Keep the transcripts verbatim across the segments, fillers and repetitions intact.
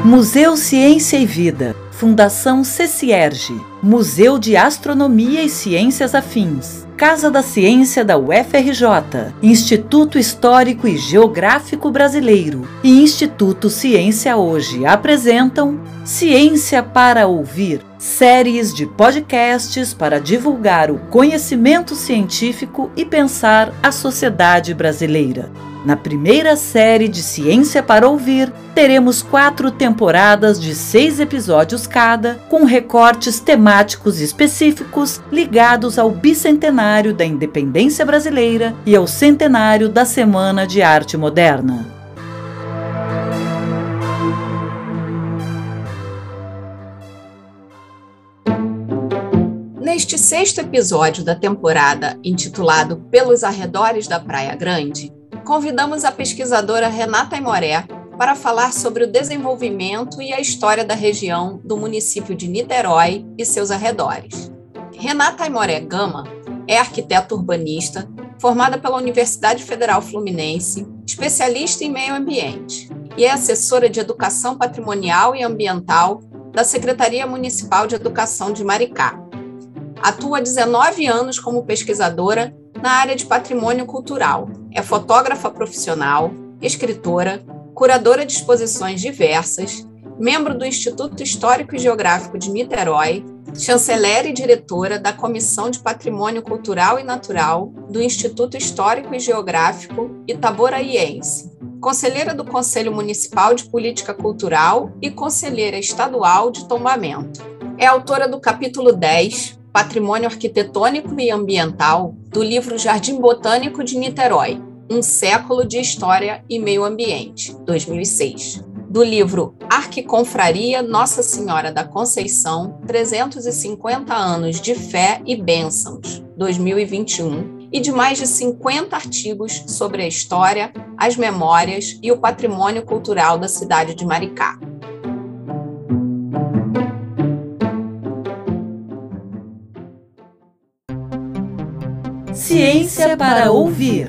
Museu Ciência e Vida, Fundação CECIERJ, Museu de Astronomia e Ciências Afins, Casa da Ciência da U F R J, Instituto Histórico e Geográfico Brasileiro e Instituto Ciência Hoje apresentam Ciência para Ouvir, séries de podcasts para divulgar o conhecimento científico e pensar a sociedade brasileira. Na primeira série de Ciência para Ouvir, teremos quatro temporadas de seis episódios cada, com recortes temáticos específicos ligados ao bicentenário da independência brasileira e ao centenário da Semana de Arte Moderna. Neste sexto episódio da temporada, intitulado Pelos Arredores da Praia Grande, convidamos a pesquisadora Renata Aimoré para falar sobre o desenvolvimento e a história da região do município de Niterói e seus arredores. Renata Aimoré Gama é arquiteta urbanista, formada pela Universidade Federal Fluminense, especialista em meio ambiente, e é assessora de Educação Patrimonial e Ambiental da Secretaria Municipal de Educação de Maricá. Atua há dezenove anos como pesquisadora na área de patrimônio cultural. É fotógrafa profissional, escritora, curadora de exposições diversas, membro do Instituto Histórico e Geográfico de Niterói, chanceler e diretora da Comissão de Patrimônio Cultural e Natural do Instituto Histórico e Geográfico Itaboraiense, conselheira do Conselho Municipal de Política Cultural e conselheira estadual de tombamento. É autora do capítulo dez, Patrimônio Arquitetônico e Ambiental, do livro Jardim Botânico de Niterói, Um Século de História e Meio Ambiente, dois mil e seis, do livro Arquiconfraria Nossa Senhora da Conceição, trezentos e cinquenta anos de Fé e Bênçãos, dois mil e vinte e um, e de mais de cinquenta artigos sobre a história, as memórias e o patrimônio cultural da cidade de Maricá. Ciência para Ouvir.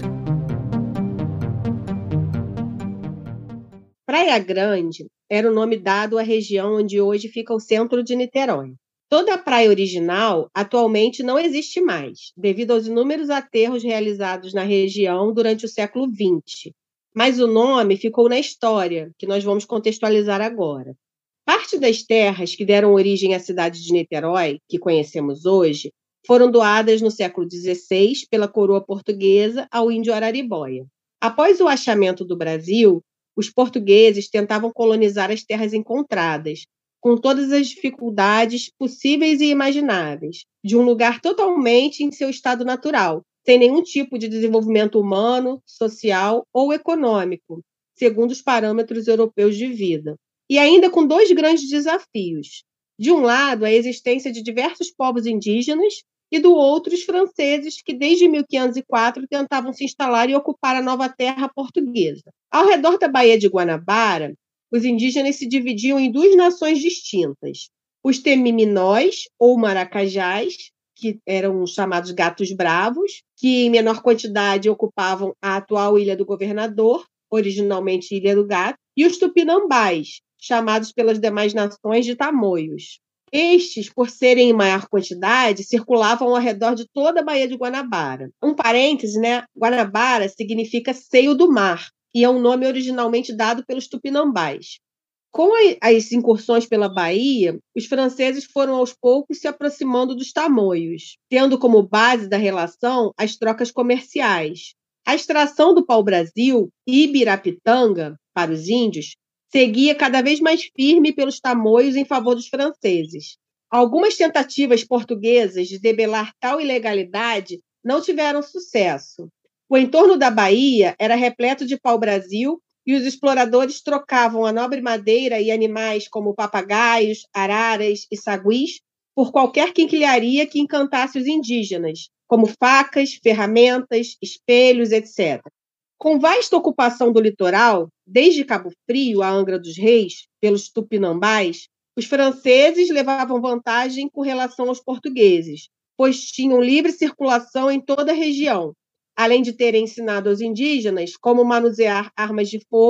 Praia Grande era o nome dado à região onde hoje fica o centro de Niterói. Toda a praia original atualmente não existe mais, devido aos inúmeros aterros realizados na região durante o século vinte. Mas o nome ficou na história, que nós vamos contextualizar agora. Parte das terras que deram origem à cidade de Niterói, que conhecemos hoje, foram doadas no século dezesseis pela coroa portuguesa ao índio Araribóia. Após o achamento do Brasil, os portugueses tentavam colonizar as terras encontradas, com todas as dificuldades possíveis e imagináveis, de um lugar totalmente em seu estado natural, sem nenhum tipo de desenvolvimento humano, social ou econômico, segundo os parâmetros europeus de vida. E ainda com dois grandes desafios. De um lado, a existência de diversos povos indígenas, e do outro, os franceses, que desde mil quinhentos e quatro tentavam se instalar e ocupar a nova terra portuguesa. Ao redor da Baía de Guanabara, os indígenas se dividiam em duas nações distintas. Os temiminóis, ou maracajás, que eram chamados gatos bravos, que em menor quantidade ocupavam a atual Ilha do Governador, originalmente Ilha do Gato, e os tupinambás, chamados pelas demais nações de tamoios. Estes, por serem em maior quantidade, circulavam ao redor de toda a Baía de Guanabara. Um parêntese, né? Guanabara significa seio do mar, e é um nome originalmente dado pelos tupinambás. Com as incursões pela Bahia, os franceses foram aos poucos se aproximando dos tamoios, tendo como base da relação as trocas comerciais. A extração do pau-brasil e Ibirapitanga, para os índios, seguia cada vez mais firme pelos tamoios em favor dos franceses. Algumas tentativas portuguesas de debelar tal ilegalidade não tiveram sucesso. O entorno da Bahia era repleto de pau-brasil e os exploradores trocavam a nobre madeira e animais como papagaios, araras e saguis por qualquer quinquilharia que encantasse os indígenas, como facas, ferramentas, espelhos, etcétera. Com vasta ocupação do litoral, desde Cabo Frio a Angra dos Reis, pelos tupinambás, os franceses levavam vantagem com relação aos portugueses, pois tinham livre circulação em toda a região, além de terem ensinado aos indígenas como manusear armas de fogo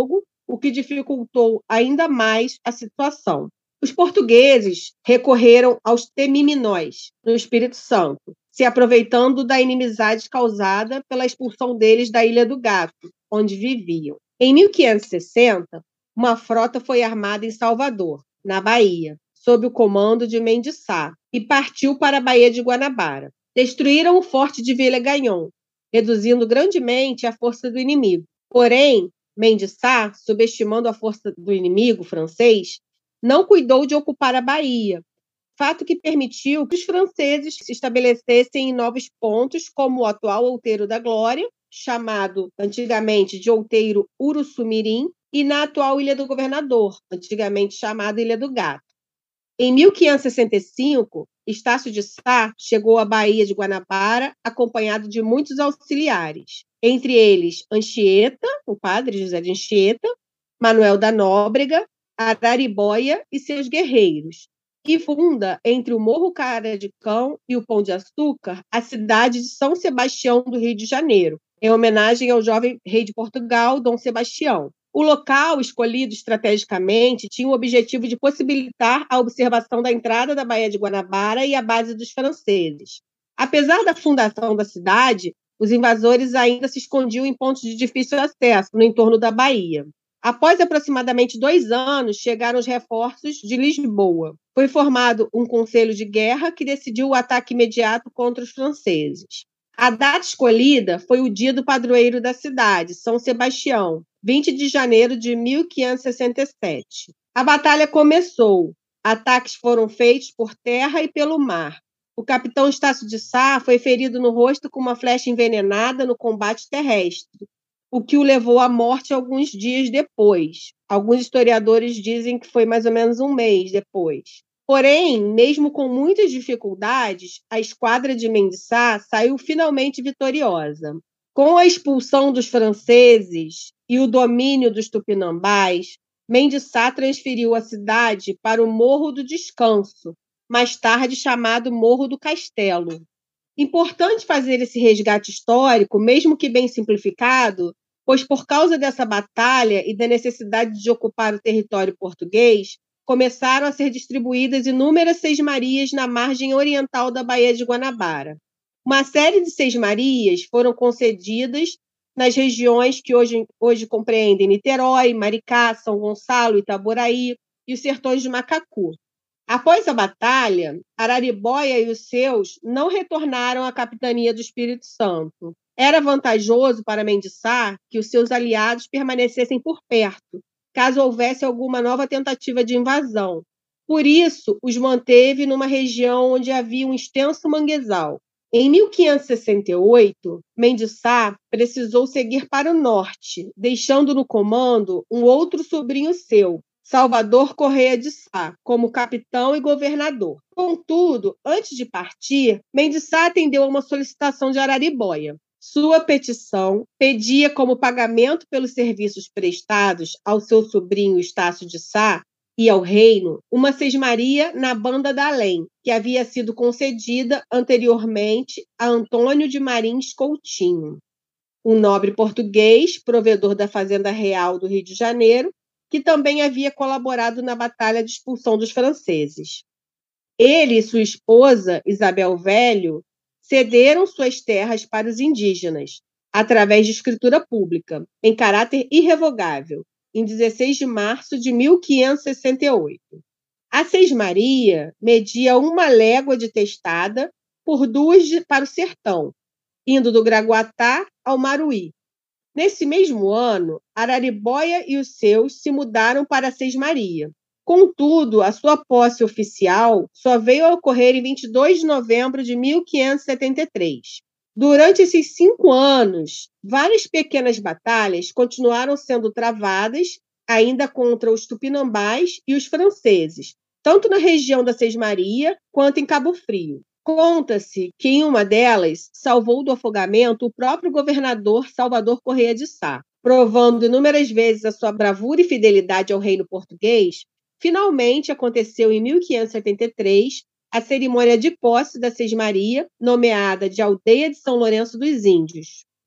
o que dificultou ainda mais a situação. Os portugueses recorreram aos temiminóis, no Espírito Santo, se aproveitando da inimizade causada pela expulsão deles da Ilha do Gato, onde viviam. Em mil quinhentos e sessenta, uma frota foi armada em Salvador, na Bahia, sob o comando de Mendes Sá, e partiu para a Baía de Guanabara. Destruíram o forte de Vila-Gagnon, reduzindo grandemente a força do inimigo. Porém, Mendes Sá, subestimando a força do inimigo francês, não cuidou de ocupar a Bahia, fato que permitiu que os franceses se estabelecessem em novos pontos, como o atual Outeiro da Glória, chamado antigamente de Outeiro Uruçumirim, e na atual Ilha do Governador, antigamente chamada Ilha do Gato. Em mil quinhentos e sessenta e cinco, Estácio de Sá chegou à Baía de Guanabara acompanhado de muitos auxiliares, entre eles Anchieta, o padre José de Anchieta, Manuel da Nóbrega, Araribóia e seus guerreiros, e funda, entre o Morro Cara de Cão e o Pão de Açúcar, a cidade de São Sebastião do Rio de Janeiro, em homenagem ao jovem rei de Portugal, Dom Sebastião. O local escolhido estrategicamente tinha o objetivo de possibilitar a observação da entrada da Baía de Guanabara e a base dos franceses. Apesar da fundação da cidade, os invasores ainda se escondiam em pontos de difícil acesso no entorno da Baía. Após aproximadamente dois anos, chegaram os reforços de Lisboa. Foi formado um conselho de guerra que decidiu o ataque imediato contra os franceses. A data escolhida foi o dia do padroeiro da cidade, São Sebastião, vinte de janeiro de mil quinhentos e sessenta e sete. A batalha começou. Ataques foram feitos por terra e pelo mar. O capitão Estácio de Sá foi ferido no rosto com uma flecha envenenada no combate terrestre, o que o levou à morte alguns dias depois. Alguns historiadores dizem que foi mais ou menos um mês depois. Porém, mesmo com muitas dificuldades, a esquadra de Mendes Sá saiu finalmente vitoriosa. Com a expulsão dos franceses e o domínio dos tupinambás, Mendes Sá transferiu a cidade para o Morro do Descanso, mais tarde chamado Morro do Castelo. Importante fazer esse resgate histórico, mesmo que bem simplificado, pois por causa dessa batalha e da necessidade de ocupar o território português, começaram a ser distribuídas inúmeras sesmarias na margem oriental da Baía de Guanabara. Uma série de sesmarias foram concedidas nas regiões que hoje, hoje compreendem Niterói, Maricá, São Gonçalo, Itaboraí e os sertões de Macacu. Após a batalha, Araribóia e os seus não retornaram à capitania do Espírito Santo. Era vantajoso para Mendes Sá que os seus aliados permanecessem por perto, caso houvesse alguma nova tentativa de invasão. Por isso, os manteve numa região onde havia um extenso manguezal. Em mil quinhentos e sessenta e oito, Mendes Sá precisou seguir para o norte, deixando no comando um outro sobrinho seu, Salvador Correia de Sá, como capitão e governador. Contudo, antes de partir, Mendes Sá atendeu a uma solicitação de Araribóia. Sua petição pedia como pagamento pelos serviços prestados ao seu sobrinho Estácio de Sá e ao reino uma sesmaria na Banda da Além, que havia sido concedida anteriormente a Antônio de Marins Coutinho, um nobre português, provedor da Fazenda Real do Rio de Janeiro, que também havia colaborado na batalha de expulsão dos franceses. Ele e sua esposa, Isabel Velho, cederam suas terras para os indígenas, através de escritura pública, em caráter irrevogável, em dezesseis de março de mil quinhentos e sessenta e oito. A sesmaria media uma légua de testada por duas de, para o sertão, indo do Graguatá ao Maruí. Nesse mesmo ano, Araribóia e os seus se mudaram para a sesmaria. Contudo, a sua posse oficial só veio a ocorrer em vinte e dois de novembro de mil quinhentos e setenta e três. Durante esses cinco anos, várias pequenas batalhas continuaram sendo travadas, ainda contra os tupinambás e os franceses, tanto na região da Sesmaria quanto em Cabo Frio. Conta-se que em uma delas salvou do afogamento o próprio governador Salvador Correia de Sá, provando inúmeras vezes a sua bravura e fidelidade ao reino português. Finalmente aconteceu em mil quinhentos e setenta e três a cerimônia de posse da Sesmaria, nomeada de Aldeia de São Lourenço dos Índios.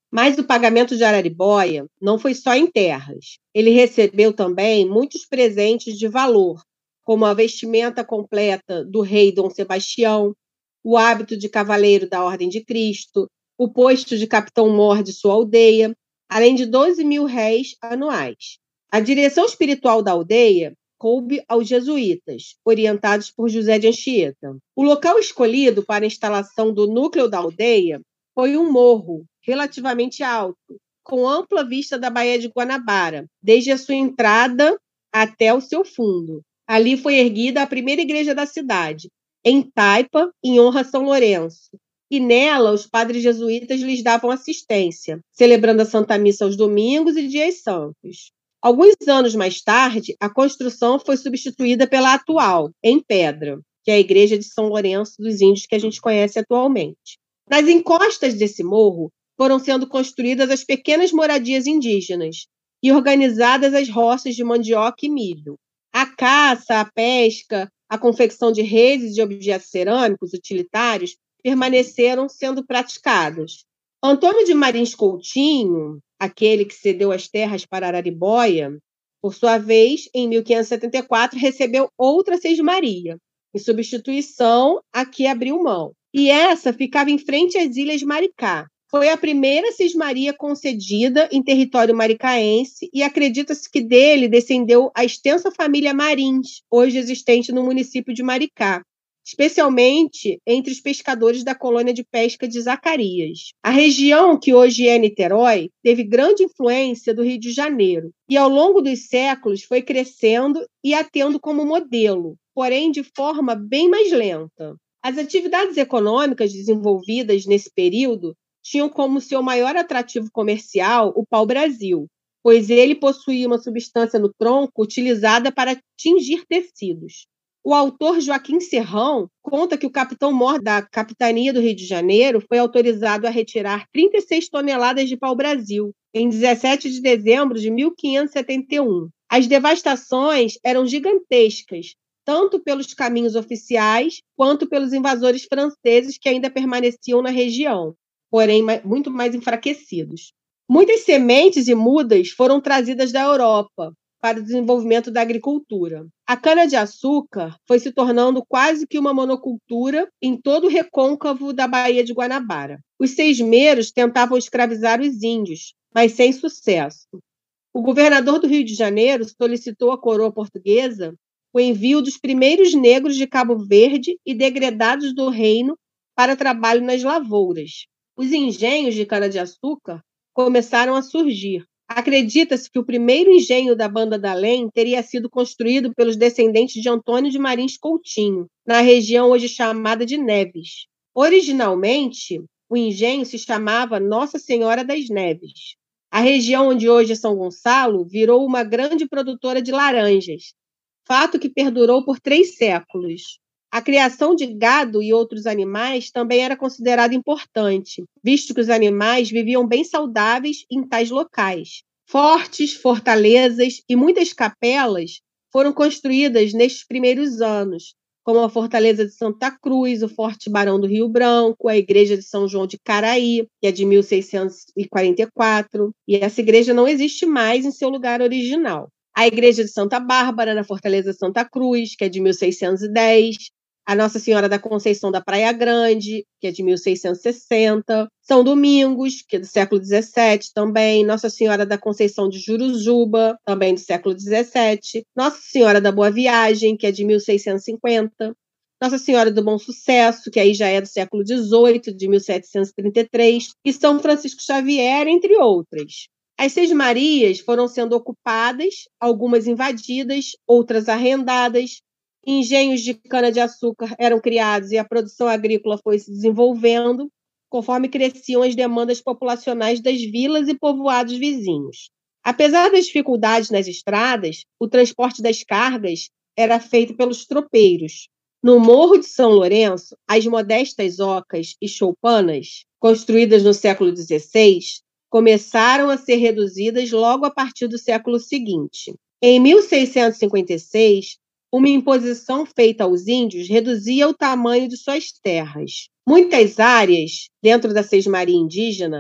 Mas o pagamento de Araribóia não foi só em terras. Ele recebeu também muitos presentes de valor, como a vestimenta completa do rei Dom Sebastião, o hábito de cavaleiro da Ordem de Cristo, o posto de capitão-mor de sua aldeia, além de doze mil réis anuais. A direção espiritual da aldeia coube aos jesuítas, orientados por José de Anchieta. O local escolhido para a instalação do núcleo da aldeia foi um morro relativamente alto, com ampla vista da Baía de Guanabara, desde a sua entrada até o seu fundo. Ali foi erguida a primeira igreja da cidade, em Taipa, em honra a São Lourenço, e nela os padres jesuítas lhes davam assistência, celebrando a Santa Missa aos domingos e dias santos. Alguns anos mais tarde, a construção foi substituída pela atual, em pedra, que é a igreja de São Lourenço dos Índios que a gente conhece atualmente. Nas encostas desse morro foram sendo construídas as pequenas moradias indígenas e organizadas as roças de mandioca e milho. A caça, a pesca, a confecção de redes e de objetos cerâmicos utilitários permaneceram sendo praticadas. Antônio de Marins Coutinho, aquele que cedeu as terras para Araribóia, por sua vez, em mil quinhentos e setenta e quatro, recebeu outra sesmaria, em substituição a que abriu mão. E essa ficava em frente às Ilhas Maricá. Foi a primeira cismaria concedida em território maricaense e acredita-se que dele descendeu a extensa família Marins, hoje existente no município de Maricá, especialmente entre os pescadores da colônia de pesca de Zacarias. A região, que hoje é Niterói, teve grande influência do Rio de Janeiro e, ao longo dos séculos, foi crescendo e a tendo como modelo, porém de forma bem mais lenta. As atividades econômicas desenvolvidas nesse período tinham como seu maior atrativo comercial o pau-brasil, pois ele possuía uma substância no tronco utilizada para tingir tecidos. O autor Joaquim Serrão conta que o capitão-mor da capitania do Rio de Janeiro foi autorizado a retirar trinta e seis toneladas de pau-brasil em dezessete de dezembro de mil quinhentos e setenta e um. As devastações eram gigantescas, tanto pelos caminhos oficiais quanto pelos invasores franceses que ainda permaneciam na região, porém muito mais enfraquecidos. Muitas sementes e mudas foram trazidas da Europa para o desenvolvimento da agricultura. A cana-de-açúcar foi se tornando quase que uma monocultura em todo o recôncavo da Baía de Guanabara. Os sesmeiros tentavam escravizar os índios, mas sem sucesso. O governador do Rio de Janeiro solicitou à coroa portuguesa o envio dos primeiros negros de Cabo Verde e degredados do reino para trabalho nas lavouras. Os engenhos de cana-de-açúcar começaram a surgir. Acredita-se que o primeiro engenho da Banda da Além teria sido construído pelos descendentes de Antônio de Marins Coutinho, na região hoje chamada de Neves. Originalmente, o engenho se chamava Nossa Senhora das Neves. A região onde hoje é São Gonçalo virou uma grande produtora de laranjas, fato que perdurou por três séculos. A criação de gado e outros animais também era considerada importante, visto que os animais viviam bem saudáveis em tais locais. Fortes, fortalezas e muitas capelas foram construídas nestes primeiros anos, como a Fortaleza de Santa Cruz, o Forte Barão do Rio Branco, a Igreja de São João de Caraí, que é de mil seiscentos e quarenta e quatro, e essa igreja não existe mais em seu lugar original. A Igreja de Santa Bárbara, na Fortaleza de Santa Cruz, que é de mil seiscentos e dez, a Nossa Senhora da Conceição da Praia Grande, que é de mil seiscentos e sessenta, São Domingos, que é do século dezessete também, Nossa Senhora da Conceição de Juruzuba, também do século dezessete, Nossa Senhora da Boa Viagem, que é de mil seiscentos e cinquenta, Nossa Senhora do Bom Sucesso, que aí já é do século dezoito, de mil setecentos e trinta e três, e São Francisco Xavier, entre outras. As sesmarias foram sendo ocupadas, algumas invadidas, outras arrendadas, engenhos de cana-de-açúcar eram criados e a produção agrícola foi se desenvolvendo conforme cresciam as demandas populacionais das vilas e povoados vizinhos. Apesar das dificuldades nas estradas, o transporte das cargas era feito pelos tropeiros. No Morro de São Lourenço, as modestas ocas e choupanas, construídas no século dezesseis, começaram a ser reduzidas logo a partir do século seguinte. Em mil seiscentos e cinquenta e seis, uma imposição feita aos índios reduzia o tamanho de suas terras. Muitas áreas, dentro da sesmaria indígena,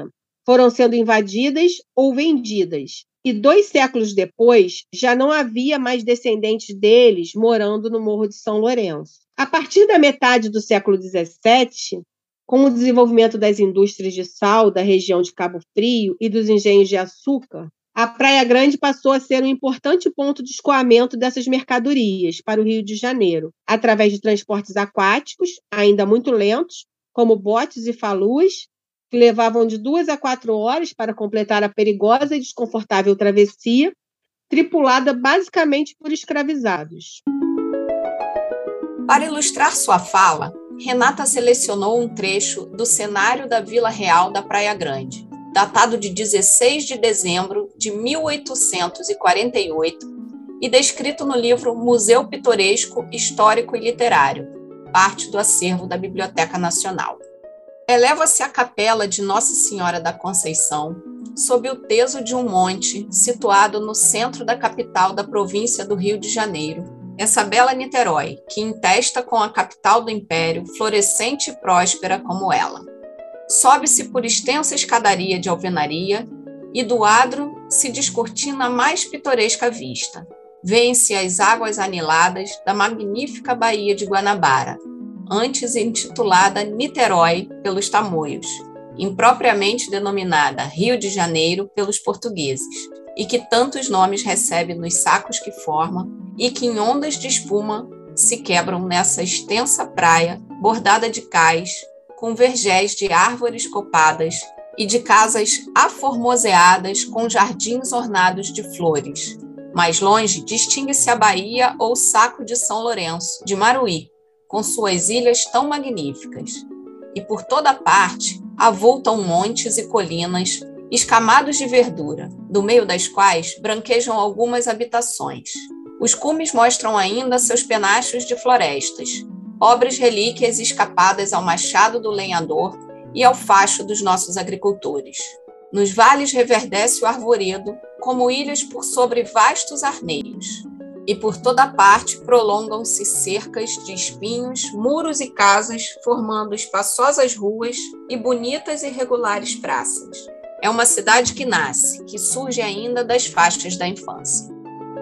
foram sendo invadidas ou vendidas. E dois séculos depois, já não havia mais descendentes deles morando no Morro de São Lourenço. A partir da metade do século dezessete, com o desenvolvimento das indústrias de sal da região de Cabo Frio e dos engenhos de açúcar, a Praia Grande passou a ser um importante ponto de escoamento dessas mercadorias para o Rio de Janeiro, através de transportes aquáticos, ainda muito lentos, como botes e faluas, que levavam de duas a quatro horas para completar a perigosa e desconfortável travessia, tripulada basicamente por escravizados. Para ilustrar sua fala, Renata selecionou um trecho do cenário da Vila Real da Praia Grande, datado de dezesseis de dezembro de mil oitocentos e quarenta e oito e descrito no livro Museu Pitoresco, Histórico e Literário, parte do acervo da Biblioteca Nacional. Eleva-se a capela de Nossa Senhora da Conceição, sob o teso de um monte situado no centro da capital da província do Rio de Janeiro, essa bela Niterói, que intesta com a capital do Império, florescente e próspera como ela. Sobe-se por extensa escadaria de alvenaria e do adro se descortina a mais pitoresca vista. Vêem-se as águas aniladas da magnífica Baía de Guanabara, antes intitulada Niterói pelos tamoios, impropriamente denominada Rio de Janeiro pelos portugueses, e que tantos nomes recebe nos sacos que forma e que em ondas de espuma se quebram nessa extensa praia bordada de cais, com vergéis de árvores copadas e de casas aformoseadas com jardins ornados de flores. Mais longe distingue-se a Baía ou Saco de São Lourenço, de Maruí, com suas ilhas tão magníficas. E por toda parte avultam montes e colinas escamados de verdura, do meio das quais branquejam algumas habitações. Os cumes mostram ainda seus penachos de florestas, pobres relíquias escapadas ao machado do lenhador e ao facho dos nossos agricultores. Nos vales reverdece o arvoredo, como ilhas por sobre vastos arneios. E por toda parte prolongam-se cercas de espinhos, muros e casas, formando espaçosas ruas e bonitas e regulares praças. É uma cidade que nasce, que surge ainda das faixas da infância.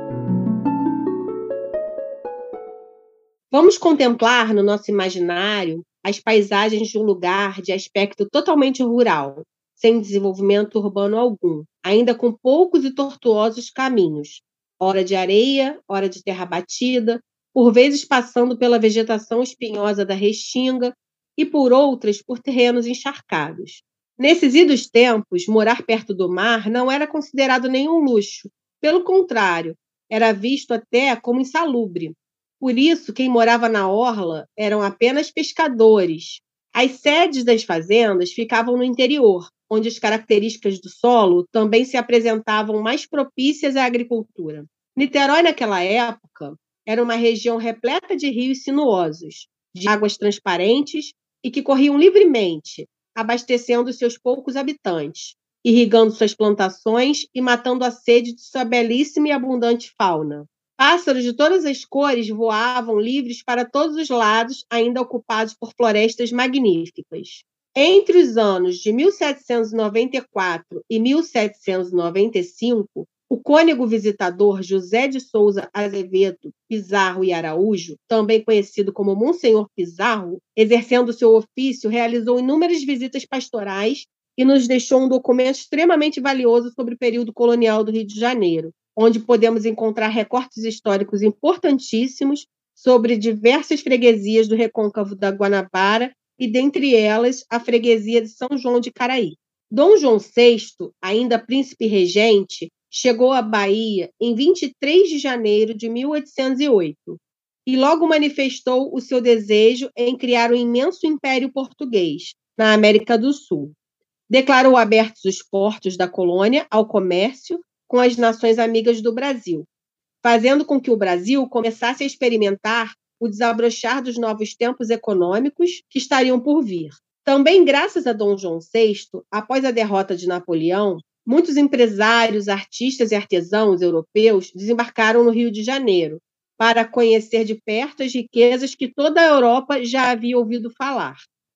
Vamos contemplar no nosso imaginário as paisagens de um lugar de aspecto totalmente rural, sem desenvolvimento urbano algum, ainda com poucos e tortuosos caminhos, ora de areia, ora de terra batida, por vezes passando pela vegetação espinhosa da restinga e por outras por terrenos encharcados. Nesses idos tempos, morar perto do mar não era considerado nenhum luxo. Pelo contrário, era visto até como insalubre. Por isso, quem morava na orla eram apenas pescadores. As sedes das fazendas ficavam no interior, onde as características do solo também se apresentavam mais propícias à agricultura. Niterói, naquela época, era uma região repleta de rios sinuosos, de águas transparentes e que corriam livremente, abastecendo seus poucos habitantes, irrigando suas plantações e matando a sede de sua belíssima e abundante fauna. Pássaros de todas as cores voavam livres para todos os lados, ainda ocupados por florestas magníficas. Entre os anos de mil setecentos e noventa e quatro e mil setecentos e noventa e cinco, o cônego visitador José de Souza Azevedo Pizarro e Araújo, também conhecido como Monsenhor Pizarro, exercendo seu ofício, realizou inúmeras visitas pastorais e nos deixou um documento extremamente valioso sobre o período colonial do Rio de Janeiro, onde podemos encontrar recortes históricos importantíssimos sobre diversas freguesias do recôncavo da Guanabara e, dentre elas, a freguesia de São João de Caraí. Dom João sexto, ainda príncipe regente, chegou à Bahia em vinte e três de janeiro de mil oitocentos e oito e logo manifestou o seu desejo em criar um imenso império português na América do Sul. Declarou abertos os portos da colônia ao comércio com as nações amigas do Brasil, fazendo com que o Brasil começasse a experimentar o desabrochar dos novos tempos econômicos que estariam por vir. Também graças a Dom João sexto, após a derrota de Napoleão, muitos empresários, artistas e artesãos europeus desembarcaram no Rio de Janeiro para conhecer de perto as riquezas que toda a Europa já havia ouvido falar.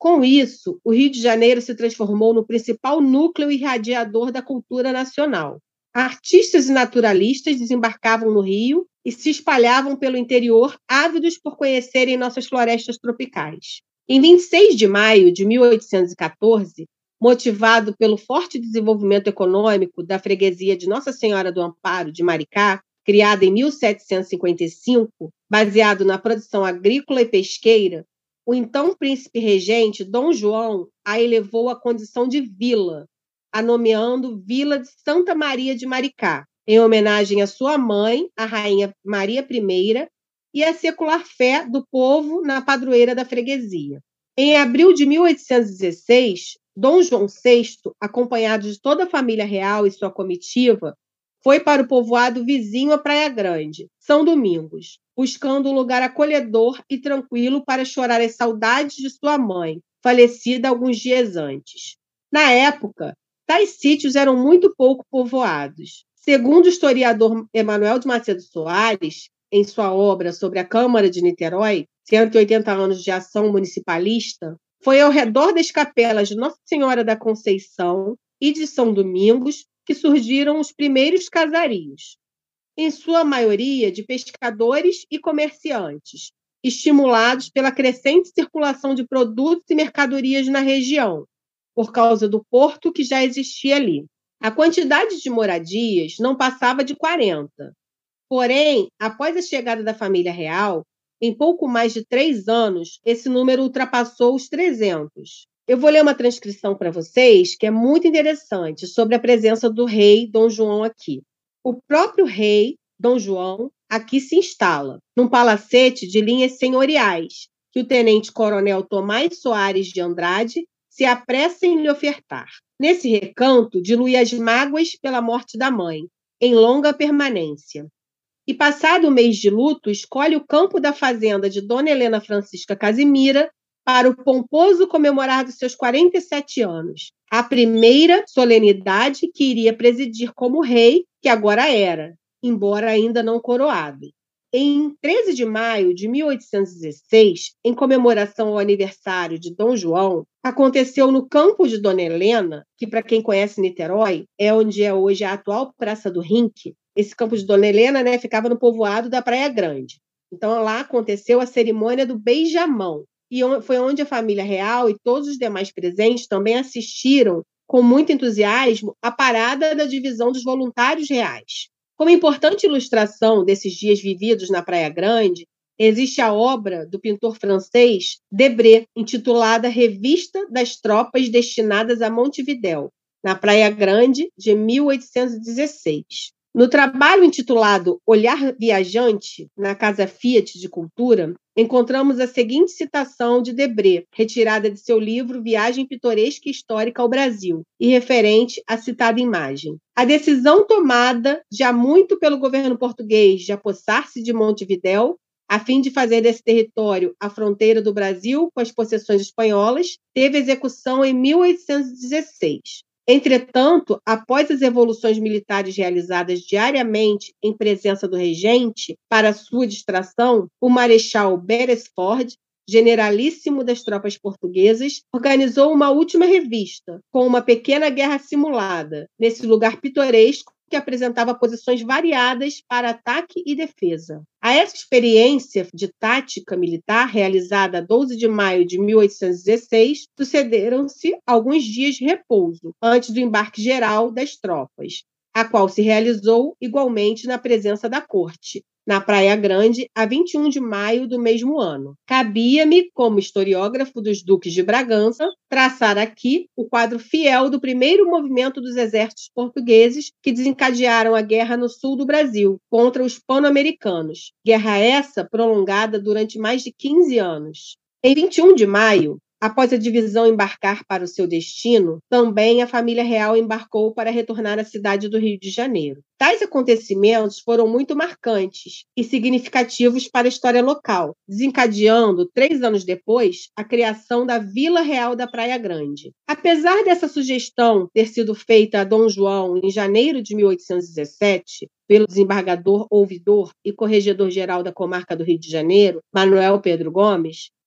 Com isso, o Rio de Janeiro se transformou no principal núcleo irradiador da cultura nacional. Artistas e naturalistas desembarcavam no Rio e se espalhavam pelo interior, ávidos por conhecerem nossas florestas tropicais. Em vinte e seis de maio de mil oitocentos e quatorze, motivado pelo forte desenvolvimento econômico da freguesia de Nossa Senhora do Amparo de Maricá, criada em mil setecentos e cinquenta e cinco, baseado na produção agrícola e pesqueira, o então príncipe regente Dom João a elevou à condição de vila, a nomeando Vila de Santa Maria de Maricá, em homenagem à sua mãe, a rainha Maria I, e à secular fé do povo na padroeira da freguesia. Em abril de mil oitocentos e dezesseis, Dom João sexto, acompanhado de toda a família real e sua comitiva, foi para o povoado vizinho a Praia Grande, São Domingos, buscando um lugar acolhedor e tranquilo para chorar as saudades de sua mãe, falecida alguns dias antes. Na época, tais sítios eram muito pouco povoados. Segundo o historiador Emanuel de Macedo Soares, em sua obra sobre a Câmara de Niterói, cento e oitenta anos de ação municipalista, foi ao redor das capelas de Nossa Senhora da Conceição e de São Domingos que surgiram os primeiros casarios, em sua maioria de pescadores e comerciantes, estimulados pela crescente circulação de produtos e mercadorias na região, por causa do porto que já existia ali. A quantidade de moradias não passava de quarenta. Porém, após a chegada da família real, em pouco mais de três anos, esse número ultrapassou os trezentos. Eu vou ler uma transcrição para vocês que é muito interessante sobre a presença do rei Dom João aqui. O próprio rei Dom João aqui se instala, num palacete de linhas senhoriais, que o tenente-coronel Tomás Soares de Andrade se apressa em lhe ofertar. Nesse recanto, dilui as mágoas pela morte da mãe, em longa permanência. E, passado o mês de luto, escolhe o campo da fazenda de Dona Helena Francisca Casimira para o pomposo comemorar dos seus quarenta e sete anos, a primeira solenidade que iria presidir como rei, que agora era, embora ainda não coroado. Em treze de maio de mil oitocentos e dezesseis, em comemoração ao aniversário de Dom João, aconteceu no campo de Dona Helena, que, para quem conhece Niterói, é onde é hoje a atual Praça do Rinque. Esse campo de Dona Helena, né, ficava no povoado da Praia Grande. Então, lá aconteceu a cerimônia do beijamão, e foi onde a família real e todos os demais presentes também assistiram com muito entusiasmo a parada da divisão dos voluntários reais. Como importante ilustração desses dias vividos na Praia Grande, existe a obra do pintor francês Debré, intitulada Revista das Tropas Destinadas a Montevidéu, na Praia Grande, de mil oitocentos e dezesseis. No trabalho intitulado Olhar Viajante, na Casa Fiat de Cultura, encontramos a seguinte citação de Debré, retirada de seu livro Viagem Pitoresca e Histórica ao Brasil, e referente à citada imagem. A decisão tomada já muito pelo governo português de apossar-se de Montevidéu, a fim de fazer desse território a fronteira do Brasil com as possessões espanholas, teve execução em mil oitocentos e dezesseis. Entretanto, após as evoluções militares realizadas diariamente em presença do regente, para sua distração, o marechal Beresford, generalíssimo das tropas portuguesas, organizou uma última revista, com uma pequena guerra simulada, nesse lugar pitoresco que apresentava posições variadas para ataque e defesa. A essa experiência de tática militar, realizada a doze de maio de mil oitocentos e dezesseis, sucederam-se alguns dias de repouso, antes do embarque geral das tropas, a qual se realizou igualmente na presença da corte, na Praia Grande, a vinte e um de maio do mesmo ano. Cabia-me, como historiógrafo dos duques de Bragança, traçar aqui o quadro fiel do primeiro movimento dos exércitos portugueses que desencadearam a guerra no sul do Brasil, contra os pano-americanos. Guerra essa prolongada durante mais de quinze anos. Em vinte e um de maio, após a divisão embarcar para o seu destino, também a família real embarcou para retornar à cidade do Rio de Janeiro. Tais acontecimentos foram muito marcantes e significativos para a história local, desencadeando, três anos depois, a criação da Vila Real da Praia Grande. Apesar dessa sugestão ter sido feita a Dom João em janeiro de mil oitocentos e dezessete, pelo desembargador ouvidor e corregedor-geral da comarca do Rio de Janeiro, Manuel Pedro Gomes,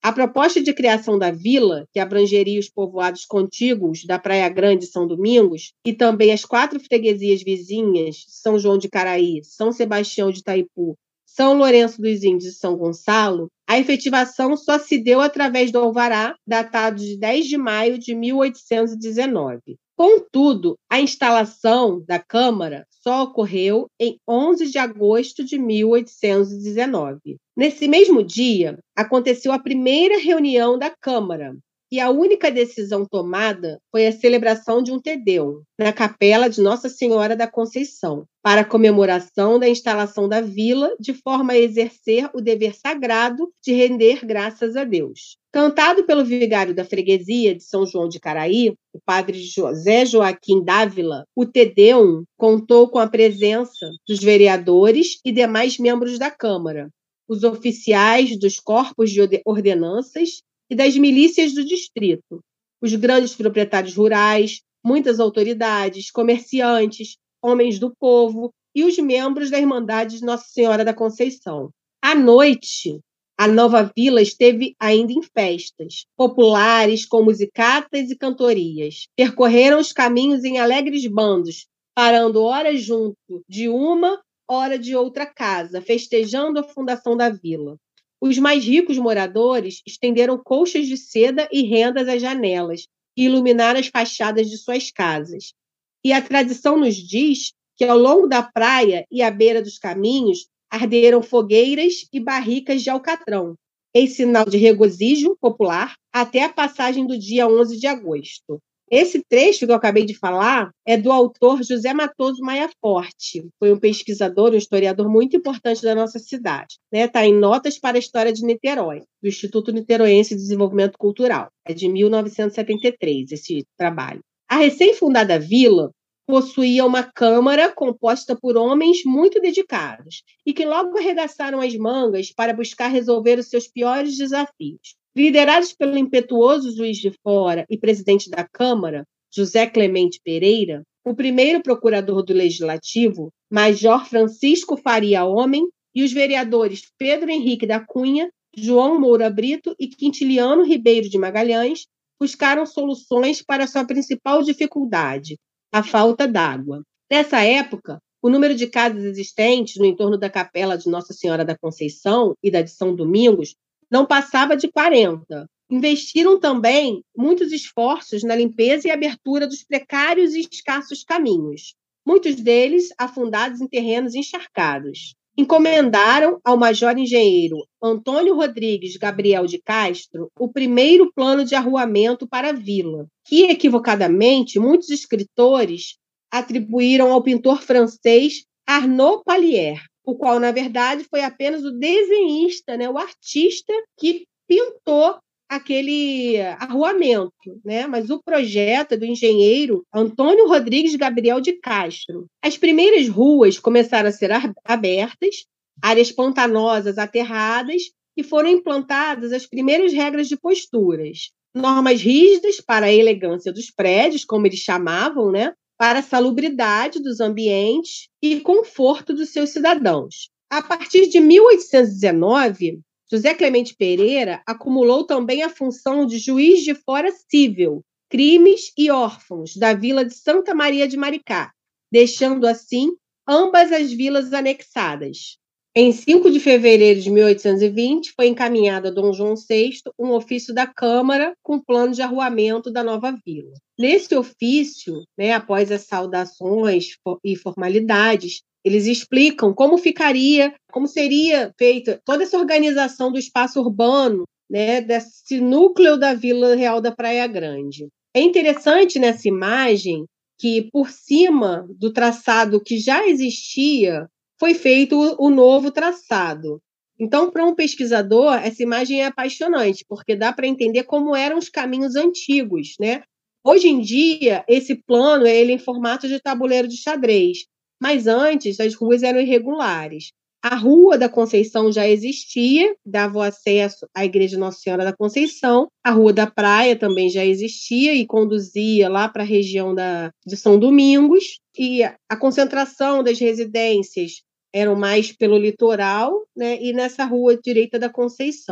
A proposta de criação da vila, que abrangeria os povoados contíguos da Praia Grande e São Domingos, e também as quatro freguesias vizinhas, São João de Caraí, São Sebastião de Itaipu, São Lourenço dos Índios e São Gonçalo, a efetivação só se deu através do alvará, datado de dez de maio de mil oitocentos e dezenove. Contudo, a instalação da Câmara só ocorreu em onze de agosto de mil oitocentos e dezenove. Nesse mesmo dia, aconteceu a primeira reunião da Câmara, e a única decisão tomada foi a celebração de um Te Deum na capela de Nossa Senhora da Conceição, para a comemoração da instalação da vila, de forma a exercer o dever sagrado de render graças a Deus. Cantado pelo vigário da freguesia de São João de Caraí, o padre José Joaquim Dávila, o Te Deum contou com a presença dos vereadores e demais membros da Câmara, os oficiais dos corpos de ordenanças e das milícias do distrito, os grandes proprietários rurais, muitas autoridades, comerciantes, homens do povo e os membros da Irmandade de Nossa Senhora da Conceição. À noite, a nova vila esteve ainda em festas populares, com musicatas e cantorias. Percorreram os caminhos em alegres bandos, parando ora junto de uma, ora de outra casa, festejando a fundação da vila. Os mais ricos moradores estenderam colchas de seda e rendas às janelas e iluminaram as fachadas de suas casas. E a tradição nos diz que, ao longo da praia e à beira dos caminhos, arderam fogueiras e barricas de alcatrão, em sinal de regozijo popular, até a passagem do dia onze de agosto. Esse trecho que eu acabei de falar é do autor José Matoso Maia Forte. Foi um pesquisador, um historiador muito importante da nossa cidade. Está, né? Em Notas para a História de Niterói, do Instituto Niteroense de Desenvolvimento Cultural. É de mil novecentos e setenta e três, esse trabalho. A recém-fundada vila possuía uma câmara composta por homens muito dedicados e que logo arregaçaram as mangas para buscar resolver os seus piores desafios. Liderados pelo impetuoso Juiz de Fora e presidente da Câmara, José Clemente Pereira, o primeiro procurador do Legislativo, Major Francisco Faria Homem, e os vereadores Pedro Henrique da Cunha, João Moura Brito e Quintiliano Ribeiro de Magalhães, buscaram soluções para sua principal dificuldade, a falta d'água. Nessa época, o número de casas existentes no entorno da capela de Nossa Senhora da Conceição e da de São Domingos não passava de quarenta. Investiram também muitos esforços na limpeza e abertura dos precários e escassos caminhos, muitos deles afundados em terrenos encharcados. Encomendaram ao major engenheiro Antônio Rodrigues Gabriel de Castro o primeiro plano de arruamento para a vila, que, equivocadamente, muitos escritores atribuíram ao pintor francês Arnaud Pallière, o qual, na verdade, foi apenas o desenhista, né, o artista que pintou aquele arruamento, né? Mas o projeto é do engenheiro Antônio Rodrigues Gabriel de Castro. As primeiras ruas começaram a ser abertas, áreas pantanosas aterradas, e foram implantadas as primeiras regras de posturas. Normas rígidas para a elegância dos prédios, como eles chamavam, né? Para a salubridade dos ambientes e conforto dos seus cidadãos. A partir de mil oitocentos e dezenove, José Clemente Pereira acumulou também a função de juiz de fora cível, crimes e órfãos da vila de Santa Maria de Maricá, deixando assim ambas as vilas anexadas. Em cinco de fevereiro de mil oitocentos e vinte, foi encaminhado a Dom João sexto um ofício da Câmara com plano de arruamento da nova vila. Nesse ofício, né, após as saudações e formalidades, eles explicam como ficaria, como seria feita toda essa organização do espaço urbano, né, desse núcleo da Vila Real da Praia Grande. É interessante nessa imagem que, por cima do traçado que já existia, foi feito o novo traçado. Então, para um pesquisador, essa imagem é apaixonante, porque dá para entender como eram os caminhos antigos, né? Hoje em dia, esse plano é ele em formato de tabuleiro de xadrez, mas antes as ruas eram irregulares. A Rua da Conceição já existia, dava o acesso à Igreja Nossa Senhora da Conceição. A Rua da Praia também já existia e conduzia lá para a região da, de São Domingos. E a concentração das residências eram mais pelo litoral, né, e nessa Rua Direita da Conceição.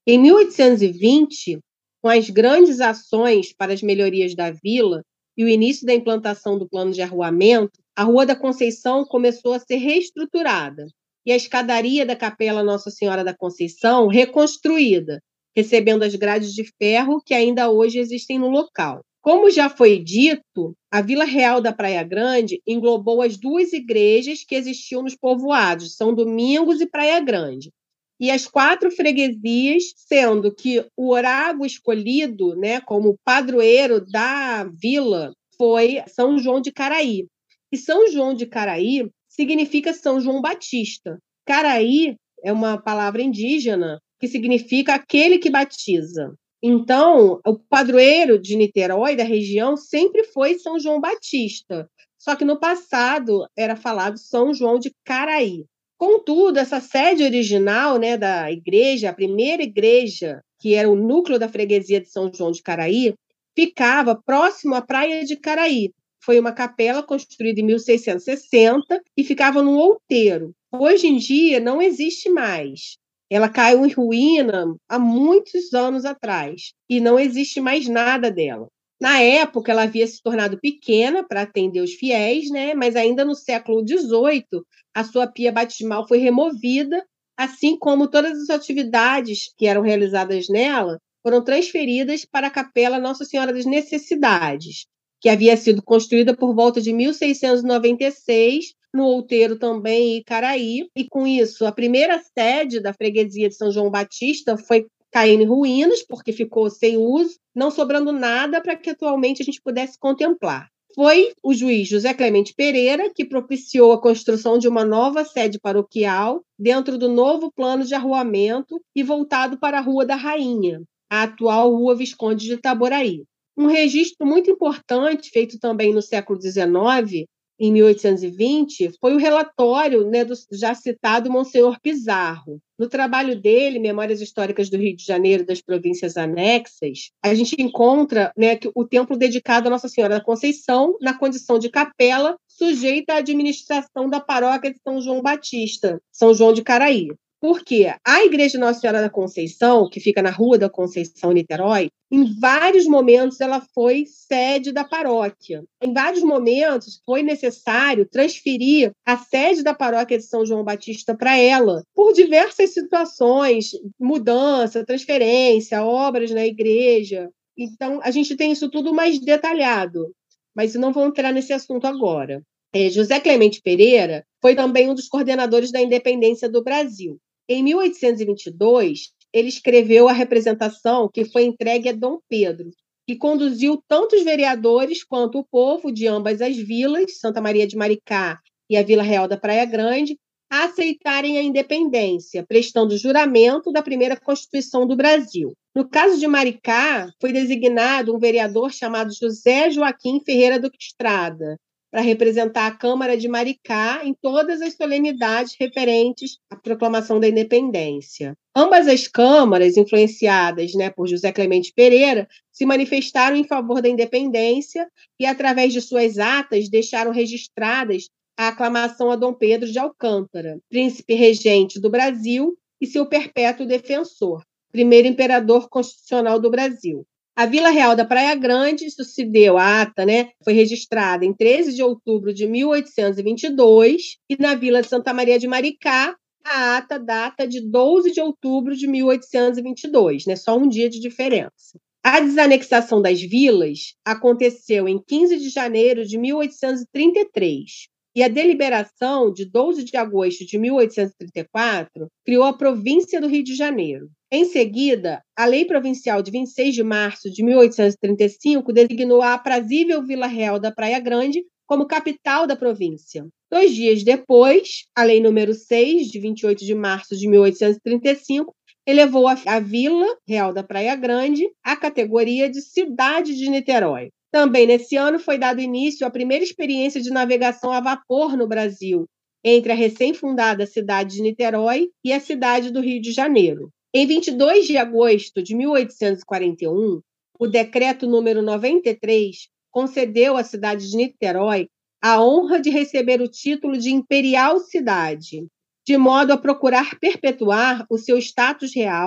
Em mil oitocentos e vinte, com as grandes ações para as melhorias da vila e o início da implantação do plano de arruamento, a Rua da Conceição começou a ser reestruturada e a escadaria da Capela Nossa Senhora da Conceição reconstruída, recebendo as grades de ferro que ainda hoje existem no local. Como já foi dito, a Vila Real da Praia Grande englobou as duas igrejas que existiam nos povoados, São Domingos e Praia Grande, e as quatro freguesias, sendo que o orago escolhido, né, como padroeiro da vila foi São João de Caraí. E São João de Caraí significa São João Batista. Caraí é uma palavra indígena que significa aquele que batiza. Então, o padroeiro de Niterói, da região, sempre foi São João Batista. Só que no passado era falado São João de Caraí. Contudo, essa sede original, né, da igreja, a primeira igreja, que era o núcleo da freguesia de São João de Caraí, ficava próximo à Praia de Caraí. Foi uma capela construída em mil seiscentos e sessenta e ficava num outeiro. Hoje em dia não existe mais. Ela caiu em ruína há muitos anos atrás e não existe mais nada dela. Na época, ela havia se tornado pequena para atender os fiéis, né? Mas ainda no século dezoito, a sua pia batismal foi removida, assim como todas as atividades que eram realizadas nela foram transferidas para a Capela Nossa Senhora das Necessidades, que havia sido construída por volta de mil seiscentos e noventa e seis, no outeiro também em Icaraí, e com isso a primeira sede da freguesia de São João Batista foi caindo em ruínas, porque ficou sem uso, não sobrando nada para que atualmente a gente pudesse contemplar. Foi o juiz José Clemente Pereira que propiciou a construção de uma nova sede paroquial dentro do novo plano de arruamento e voltado para a Rua da Rainha, a atual Rua Visconde de Itaboraí. Um registro muito importante, feito também no século dezenove, em mil oitocentos e vinte, foi o relatório, né, do já citado Monsenhor Pizarro. No trabalho dele, Memórias Históricas do Rio de Janeiro e das Províncias Anexas, a gente encontra, né, que o templo dedicado a Nossa Senhora da Conceição, na condição de capela, sujeita à administração da paróquia de São João Batista, São João de Caraí. Porque a Igreja Nossa Senhora da Conceição, que fica na Rua da Conceição, Niterói, em vários momentos ela foi sede da paróquia. Em vários momentos foi necessário transferir a sede da paróquia de São João Batista para ela, por diversas situações, mudança, transferência, obras na igreja. Então, a gente tem isso tudo mais detalhado, mas não vamos entrar nesse assunto agora. É, José Clemente Pereira foi também um dos coordenadores da independência do Brasil. Em mil oitocentos e vinte e dois, ele escreveu a representação que foi entregue a Dom Pedro, que conduziu tanto os vereadores quanto o povo de ambas as vilas, Santa Maria de Maricá e a Vila Real da Praia Grande, a aceitarem a independência, prestando juramento da primeira Constituição do Brasil. No caso de Maricá, foi designado um vereador chamado José Joaquim Ferreira Duque Estrada, para representar a Câmara de Maricá em todas as solenidades referentes à proclamação da independência. Ambas as câmaras, influenciadas, né, por José Clemente Pereira, se manifestaram em favor da independência e, através de suas atas, deixaram registradas a aclamação a Dom Pedro de Alcântara, príncipe regente do Brasil e seu perpétuo defensor, primeiro imperador constitucional do Brasil. A Vila Real da Praia Grande sucedeu a ata, né? Foi registrada em treze de outubro de mil oitocentos e vinte e dois e na Vila de Santa Maria de Maricá a ata data de doze de outubro de mil oitocentos e vinte e dois, né? Só um dia de diferença. A desanexação das vilas aconteceu em quinze de janeiro de mil oitocentos e trinta e três. E a deliberação de doze de agosto de mil oitocentos e trinta e quatro criou a província do Rio de Janeiro. Em seguida, a Lei Provincial de vinte e seis de março de mil oitocentos e trinta e cinco designou a aprazível Vila Real da Praia Grande como capital da província. Dois dias depois, a Lei número seis, de vinte e oito de março de mil oitocentos e trinta e cinco, elevou a, a Vila Real da Praia Grande à categoria de cidade de Niterói. Também nesse ano foi dado início à primeira experiência de navegação a vapor no Brasil, entre a recém-fundada cidade de Niterói e a cidade do Rio de Janeiro. Em vinte e dois de agosto de mil oitocentos e quarenta e um, o decreto número noventa e três concedeu à cidade de Niterói a honra de receber o título de imperial cidade, de modo a procurar perpetuar o seu status real,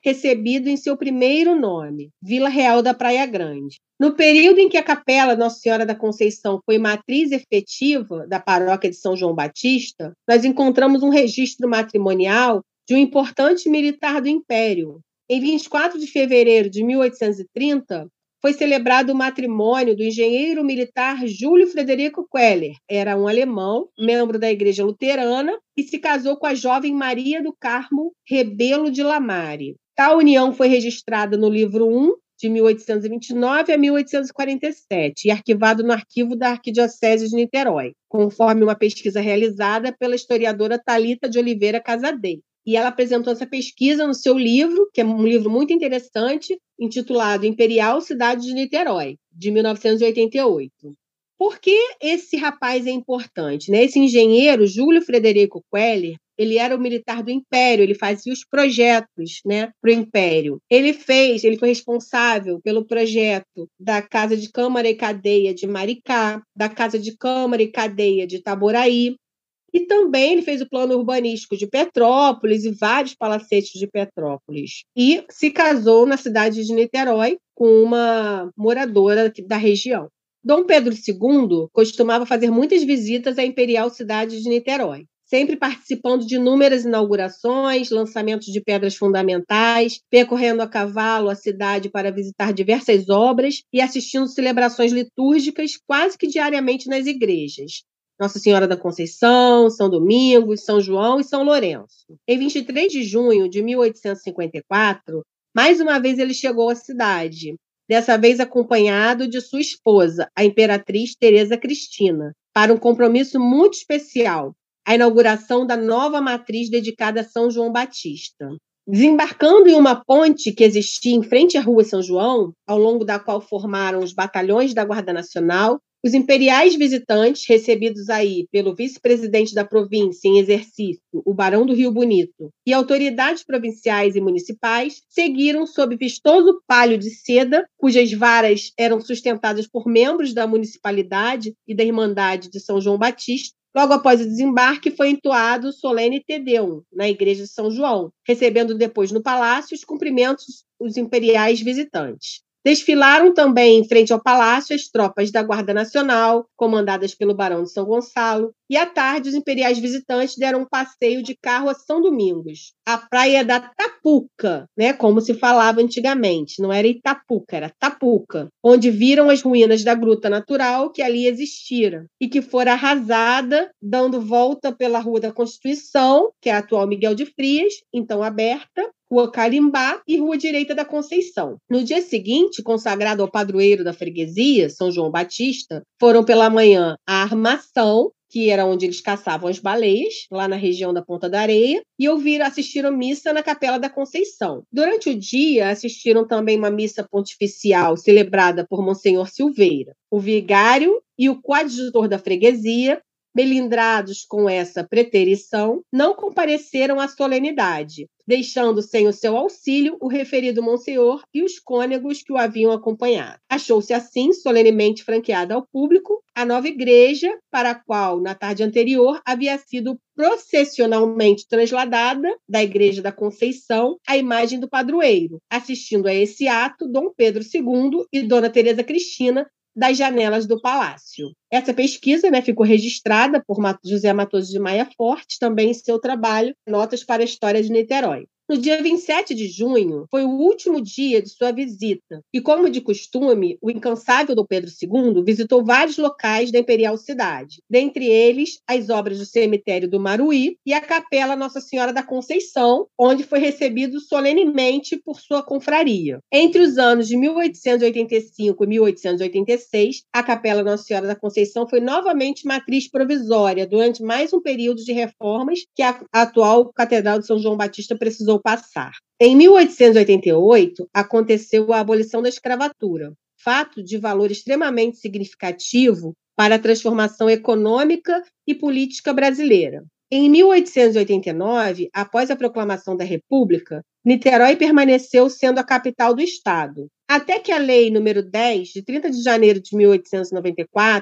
recebido em seu primeiro nome, Vila Real da Praia Grande. No período em que a Capela Nossa Senhora da Conceição foi matriz efetiva da paróquia de São João Batista, nós encontramos um registro matrimonial de um importante militar do Império. Em vinte e quatro de fevereiro de mil oitocentos e trinta, foi celebrado o matrimônio do engenheiro militar Júlio Frederico Queller. Era um alemão, membro da Igreja Luterana, e se casou com a jovem Maria do Carmo Rebelo de Lamare. Tal união foi registrada no livro um, de mil oitocentos e vinte e nove a mil oitocentos e quarenta e sete, e arquivado no arquivo da Arquidiocese de Niterói, conforme uma pesquisa realizada pela historiadora Thalita de Oliveira Casadei. E ela apresentou essa pesquisa no seu livro, que é um livro muito interessante, intitulado Imperial Cidade de Niterói, de mil novecentos e oitenta e oito. Por que esse rapaz é importante, né? Esse engenheiro, Júlio Frederico Queller, ele era o militar do Império, ele fazia os projetos, né, para o Império. Ele fez, ele foi responsável pelo projeto da Casa de Câmara e Cadeia de Maricá, da Casa de Câmara e Cadeia de Itaboraí, e também ele fez o plano urbanístico de Petrópolis e vários palacetes de Petrópolis. E se casou na cidade de Niterói com uma moradora da região. Dom Pedro segundo costumava fazer muitas visitas à imperial cidade de Niterói, sempre participando de inúmeras inaugurações, lançamentos de pedras fundamentais, percorrendo a cavalo a cidade para visitar diversas obras e assistindo celebrações litúrgicas quase que diariamente nas igrejas. Nossa Senhora da Conceição, São Domingos, São João e São Lourenço. Em vinte e três de junho de mil oitocentos e cinquenta e quatro, mais uma vez ele chegou à cidade, dessa vez acompanhado de sua esposa, a imperatriz Teresa Cristina, para um compromisso muito especial, a inauguração da nova matriz dedicada a São João Batista. Desembarcando em uma ponte que existia em frente à Rua São João, ao longo da qual formaram os batalhões da Guarda Nacional, os imperiais visitantes, recebidos aí pelo vice-presidente da província em exercício, o Barão do Rio Bonito, e autoridades provinciais e municipais, seguiram sob vistoso palio de seda, cujas varas eram sustentadas por membros da municipalidade e da Irmandade de São João Batista. Logo após o desembarque, foi entoado o solene Te Deum, na igreja de São João, recebendo depois no palácio os cumprimentos dos imperiais visitantes. Desfilaram também em frente ao palácio as tropas da Guarda Nacional, comandadas pelo Barão de São Gonçalo, e à tarde os imperiais visitantes deram um passeio de carro a São Domingos, a praia da Tapuca, né, como se falava antigamente, não era Itapuca, era Tapuca, onde viram as ruínas da gruta natural que ali existira e que fora arrasada, dando volta pela Rua da Constituição, que é a atual Miguel de Frias, então aberta, Rua Carimbá e Rua Direita da Conceição. No dia seguinte, consagrado ao padroeiro da freguesia, São João Batista, foram pela manhã a Armação, que era onde eles caçavam as baleias, lá na região da Ponta da Areia, e ouviram, assistiram missa na Capela da Conceição. Durante o dia, assistiram também uma missa pontificial celebrada por Monsenhor Silveira. O vigário e o coadjutor da freguesia, melindrados com essa preterição, não compareceram à solenidade, deixando sem o seu auxílio o referido Monsenhor e os cônegos que o haviam acompanhado. Achou-se assim solenemente franqueada ao público a nova igreja, para a qual, na tarde anterior, havia sido processionalmente trasladada da Igreja da Conceição a imagem do padroeiro, assistindo a esse ato Dom Pedro segundo e Dona Teresa Cristina, das janelas do palácio. Essa pesquisa, né, ficou registrada por José Matoso de Maia Forte, também em seu trabalho Notas para a História de Niterói. No dia vinte e sete de junho, foi o último dia de sua visita, e, como de costume, o incansável Dom Pedro segundo visitou vários locais da imperial cidade, dentre eles as obras do cemitério do Maruí e a Capela Nossa Senhora da Conceição, onde foi recebido solenemente por sua confraria. Entre os anos de mil oitocentos e oitenta e cinco e mil oitocentos e oitenta e seis, a Capela Nossa Senhora da Conceição foi novamente matriz provisória durante mais um período de reformas que a atual Catedral de São João Batista precisou passar. Em mil oitocentos e oitenta e oito, aconteceu a abolição da escravatura, fato de valor extremamente significativo para a transformação econômica e política brasileira. Em mil oitocentos e oitenta e nove, após a proclamação da República, Niterói permaneceu sendo a capital do estado, até que a Lei número dez, de trinta de janeiro de mil oitocentos e noventa e quatro,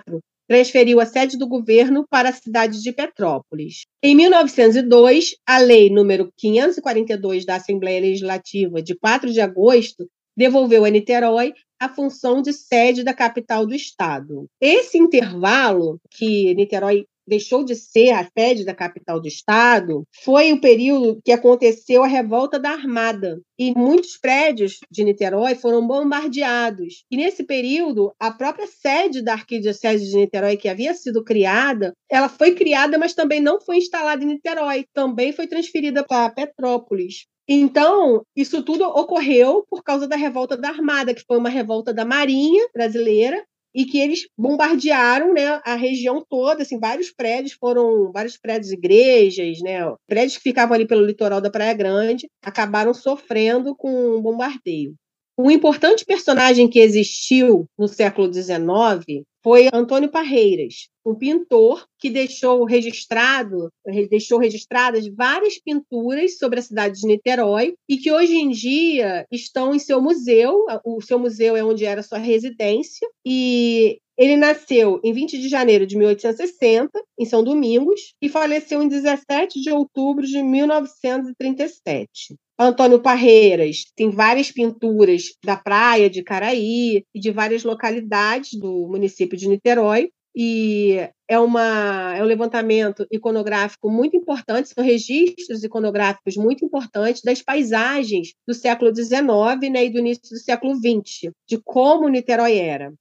transferiu a sede do governo para a cidade de Petrópolis. Em mil novecentos e dois, a Lei número quinhentos e quarenta e dois da Assembleia Legislativa, de quatro de agosto, devolveu a Niterói a função de sede da capital do estado. Esse intervalo que Niterói deixou de ser a sede da capital do estado foi o período que aconteceu a revolta da Armada, e muitos prédios de Niterói foram bombardeados. E nesse período, a própria sede da Arquidiocese de Niterói, que havia sido criada, ela foi criada, mas também não foi instalada em Niterói, também foi transferida para Petrópolis. Então, isso tudo ocorreu por causa da revolta da Armada, que foi uma revolta da Marinha brasileira, e que eles bombardearam, né, a região toda, assim, vários prédios foram, vários prédios, igrejas, né, prédios que ficavam ali pelo litoral da Praia Grande, acabaram sofrendo com um bombardeio. Um importante personagem que existiu no século dezenove foi Antônio Parreiras, um pintor que deixou registrado, deixou registradas várias pinturas sobre a cidade de Niterói e que hoje em dia estão em seu museu. O seu museu é onde era a sua residência, e ele nasceu em vinte de janeiro de mil oitocentos e sessenta, em São Domingos, e faleceu em dezessete de outubro de mil novecentos e trinta e sete. Antônio Parreiras tem várias pinturas da praia de Caraí e de várias localidades do município de Niterói, e é, uma, é um levantamento iconográfico muito importante, são registros iconográficos muito importantes das paisagens do século dezenove, né, e do início do século vinte, de como Niterói era.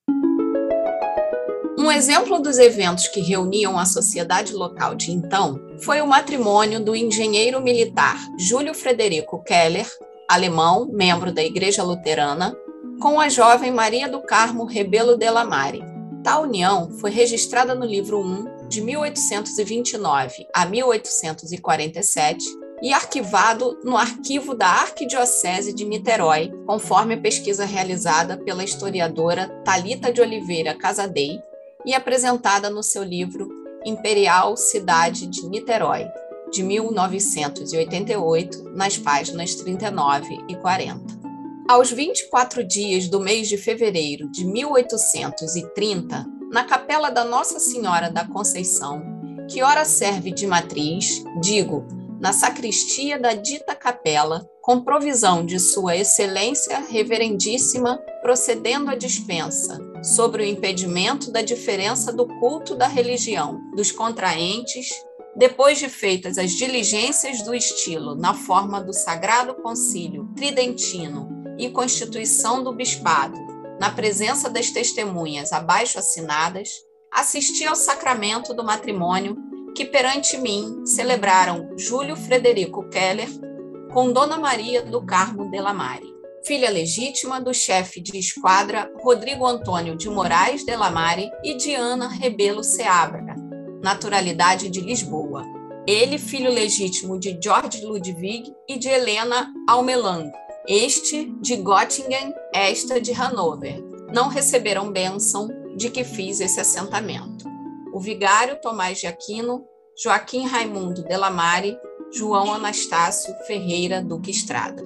Um exemplo dos eventos que reuniam a sociedade local de então foi o matrimônio do engenheiro militar Júlio Frederico Keller, alemão, membro da Igreja Luterana, com a jovem Maria do Carmo Rebelo de la Mare. Tal união foi registrada no livro um, de mil oitocentos e vinte e nove a mil oitocentos e quarenta e sete, e arquivado no arquivo da Arquidiocese de Niterói, conforme a pesquisa realizada pela historiadora Thalita de Oliveira Casadei, e apresentada no seu livro Imperial Cidade de Niterói, de mil novecentos e oitenta e oito, nas páginas trinta e nove e quarenta. Aos vinte e quatro dias do mês de fevereiro de mil oitocentos e trinta, na capela da Nossa Senhora da Conceição, que ora serve de matriz, digo, na sacristia da dita capela, com provisão de Sua Excelência Reverendíssima, procedendo à dispensa, sobre o impedimento da diferença do culto da religião dos contraentes, depois de feitas as diligências do estilo na forma do Sagrado Concílio Tridentino e constituição do bispado, na presença das testemunhas abaixo assinadas, assisti ao sacramento do matrimônio que perante mim celebraram Júlio Frederico Keller com Dona Maria do Carmo de la Mare, filha legítima do chefe de esquadra Rodrigo Antônio de Moraes de la Mare e de Ana Rebelo Seabra, naturalidade de Lisboa. Ele, filho legítimo de George Ludwig e de Helena Almelang, este de Göttingen, esta de Hanover. Não receberam bênção de que fiz esse assentamento. O vigário Tomás de Aquino, Joaquim Raimundo de la Mare, João Anastácio Ferreira Duque Estrada.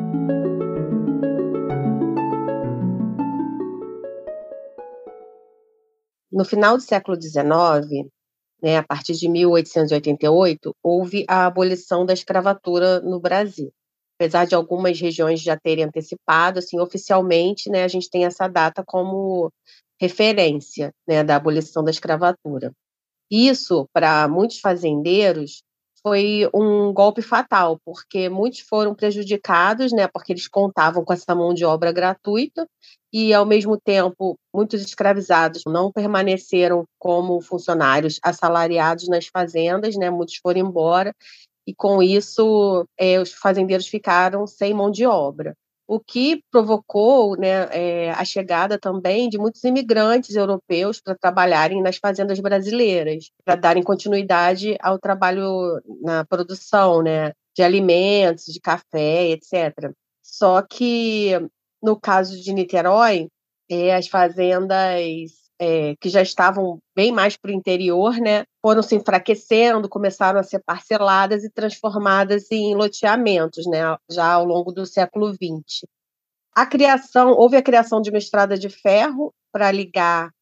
No final do século dezenove, né, a partir de mil oitocentos e oitenta e oito, houve a abolição da escravatura no Brasil. Apesar de algumas regiões já terem antecipado, assim, oficialmente, né, a gente tem essa data como referência, né, da abolição da escravatura. Isso, para muitos fazendeiros, foi um golpe fatal, porque muitos foram prejudicados, né, porque eles contavam com essa mão de obra gratuita e, ao mesmo tempo, muitos escravizados não permaneceram como funcionários assalariados nas fazendas, né, muitos foram embora, e com isso é, os fazendeiros ficaram sem mão de obra, o que provocou, né, é, a chegada também de muitos imigrantes europeus para trabalharem nas fazendas brasileiras, para darem continuidade ao trabalho na produção, né, de alimentos, de café, etcétera. Só que, no caso de Niterói, é, as fazendas é, que já estavam bem mais para o interior, né, foram se enfraquecendo, começaram a ser parceladas e transformadas em loteamentos, né, já ao longo do século vinte. A criação, houve a criação de uma estrada de ferro para ligar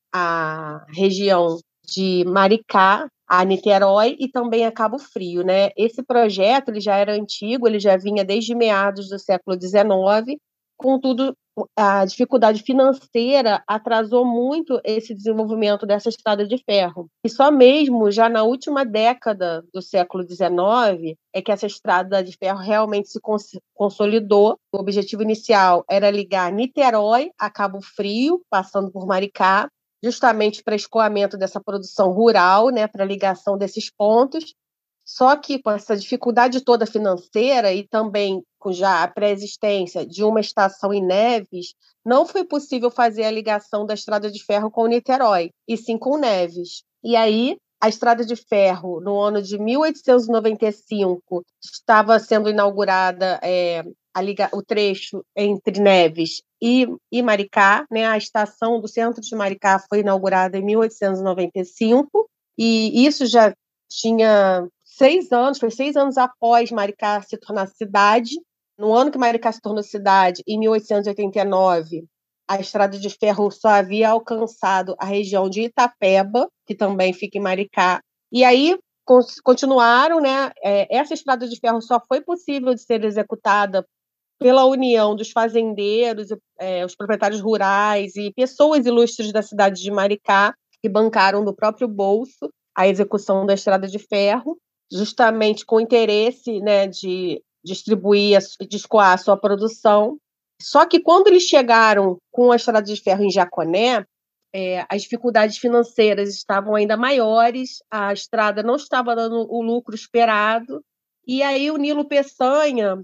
a região de Maricá a Niterói e também a Cabo Frio, né? Esse projeto ele já era antigo, ele já vinha desde meados do século dezenove, contudo, a dificuldade financeira atrasou muito esse desenvolvimento dessa estrada de ferro. E só mesmo já na última década do século dezenove é que essa estrada de ferro realmente se cons- consolidou. O objetivo inicial era ligar Niterói a Cabo Frio, passando por Maricá, justamente para escoamento dessa produção rural, né, para ligação desses pontos. Só que com essa dificuldade toda financeira e também com já a pré-existência de uma estação em Neves, não foi possível fazer a ligação da estrada de ferro com Niterói, e sim com Neves. E aí, a estrada de ferro, no ano de mil oitocentos e noventa e cinco, estava sendo inaugurada é, a liga, o trecho entre Neves e, e Maricá, né? A estação do centro de Maricá foi inaugurada em mil oitocentos e noventa e cinco, e isso já tinha seis anos, foi seis anos após Maricá se tornar cidade. No ano que Maricá se tornou cidade, em mil oitocentos e oitenta e nove, a estrada de ferro só havia alcançado a região de Itapeba, que também fica em Maricá. E aí continuaram, né? Essa estrada de ferro só foi possível de ser executada pela união dos fazendeiros, é, os proprietários rurais e pessoas ilustres da cidade de Maricá, que bancaram do próprio bolso a execução da estrada de ferro, justamente com o interesse, né, de distribuir, de escoar a sua produção. Só que quando eles chegaram com a estrada de ferro em Jaconé, é, as dificuldades financeiras estavam ainda maiores, a estrada não estava dando o lucro esperado, e aí o Nilo Peçanha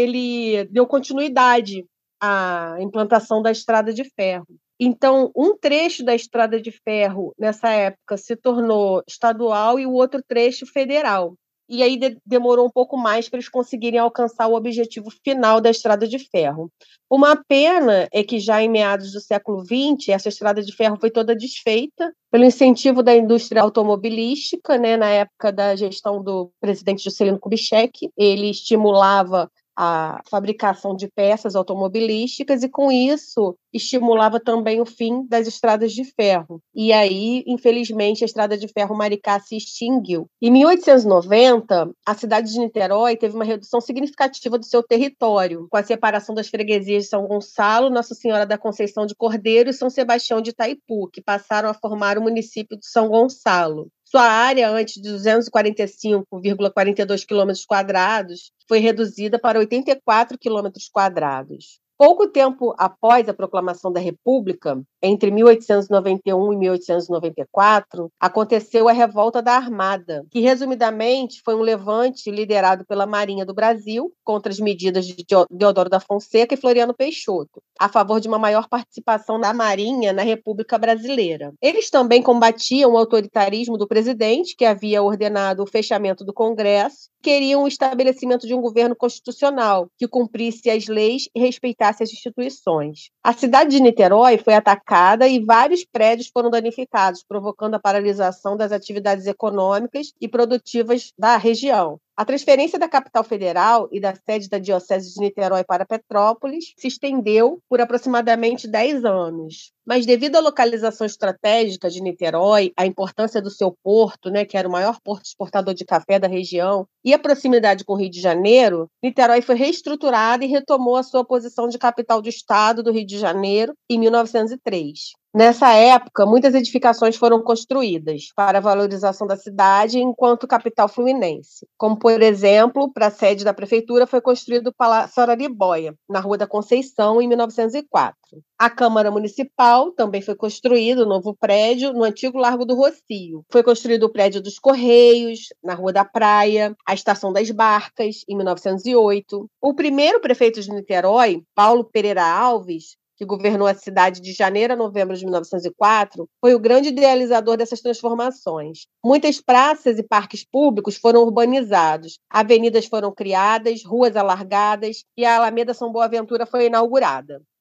ele deu continuidade à implantação da estrada de ferro. Então, um trecho da estrada de ferro, nessa época, se tornou estadual e o outro trecho federal. E aí de- demorou um pouco mais para eles conseguirem alcançar o objetivo final da estrada de ferro. Uma pena é que já em meados do século vinte, essa estrada de ferro foi toda desfeita pelo incentivo da indústria automobilística, né, na época da gestão do presidente Juscelino Kubitschek. Ele estimulava a fabricação de peças automobilísticas e, com isso, estimulava também o fim das estradas de ferro. E aí, infelizmente, a estrada de ferro Maricá se extinguiu. Em mil oitocentos e noventa, a cidade de Niterói teve uma redução significativa do seu território, com a separação das freguesias de São Gonçalo, Nossa Senhora da Conceição de Cordeiro e São Sebastião de Itaipu, que passaram a formar o município de São Gonçalo. Sua área, antes de duzentos e quarenta e cinco vírgula quarenta e dois quilômetros quadrados, foi reduzida para oitenta e quatro quilômetros quadrados. Pouco tempo após a proclamação da República, entre mil oitocentos e noventa e um e mil oitocentos e noventa e quatro, aconteceu a Revolta da Armada, que, resumidamente, foi um levante liderado pela Marinha do Brasil contra as medidas de Deodoro da Fonseca e Floriano Peixoto, a favor de uma maior participação da Marinha na República Brasileira. Eles também combatiam o autoritarismo do presidente, que havia ordenado o fechamento do Congresso, queriam o estabelecimento de um governo constitucional que cumprisse as leis e respeitasse as instituições. A cidade de Niterói foi atacada e vários prédios foram danificados, provocando a paralisação das atividades econômicas e produtivas da região. A transferência da capital federal e da sede da Diocese de Niterói para Petrópolis se estendeu por aproximadamente dez anos. Mas, devido à localização estratégica de Niterói, a importância do seu porto, né, que era o maior porto exportador de café da região, e a proximidade com o Rio de Janeiro, Niterói foi reestruturada e retomou a sua posição de capital do estado do Rio de Janeiro em mil novecentos e três. Nessa época, muitas edificações foram construídas para a valorização da cidade enquanto capital fluminense. Como, por exemplo, para a sede da prefeitura foi construído o Palácio Araribóia, na Rua da Conceição, em mil novecentos e quatro. A Câmara Municipal também foi construído um novo prédio no antigo Largo do Rocio. Foi construído o prédio dos Correios, na Rua da Praia, a Estação das Barcas, em mil novecentos e oito. O primeiro prefeito de Niterói, Paulo Pereira Alves, que governou a cidade de janeiro a novembro de mil novecentos e quatro, foi o grande idealizador dessas transformações. Muitas praças e parques públicos foram urbanizados, avenidas foram criadas, ruas alargadas e a Alameda São Boaventura foi inaugurada.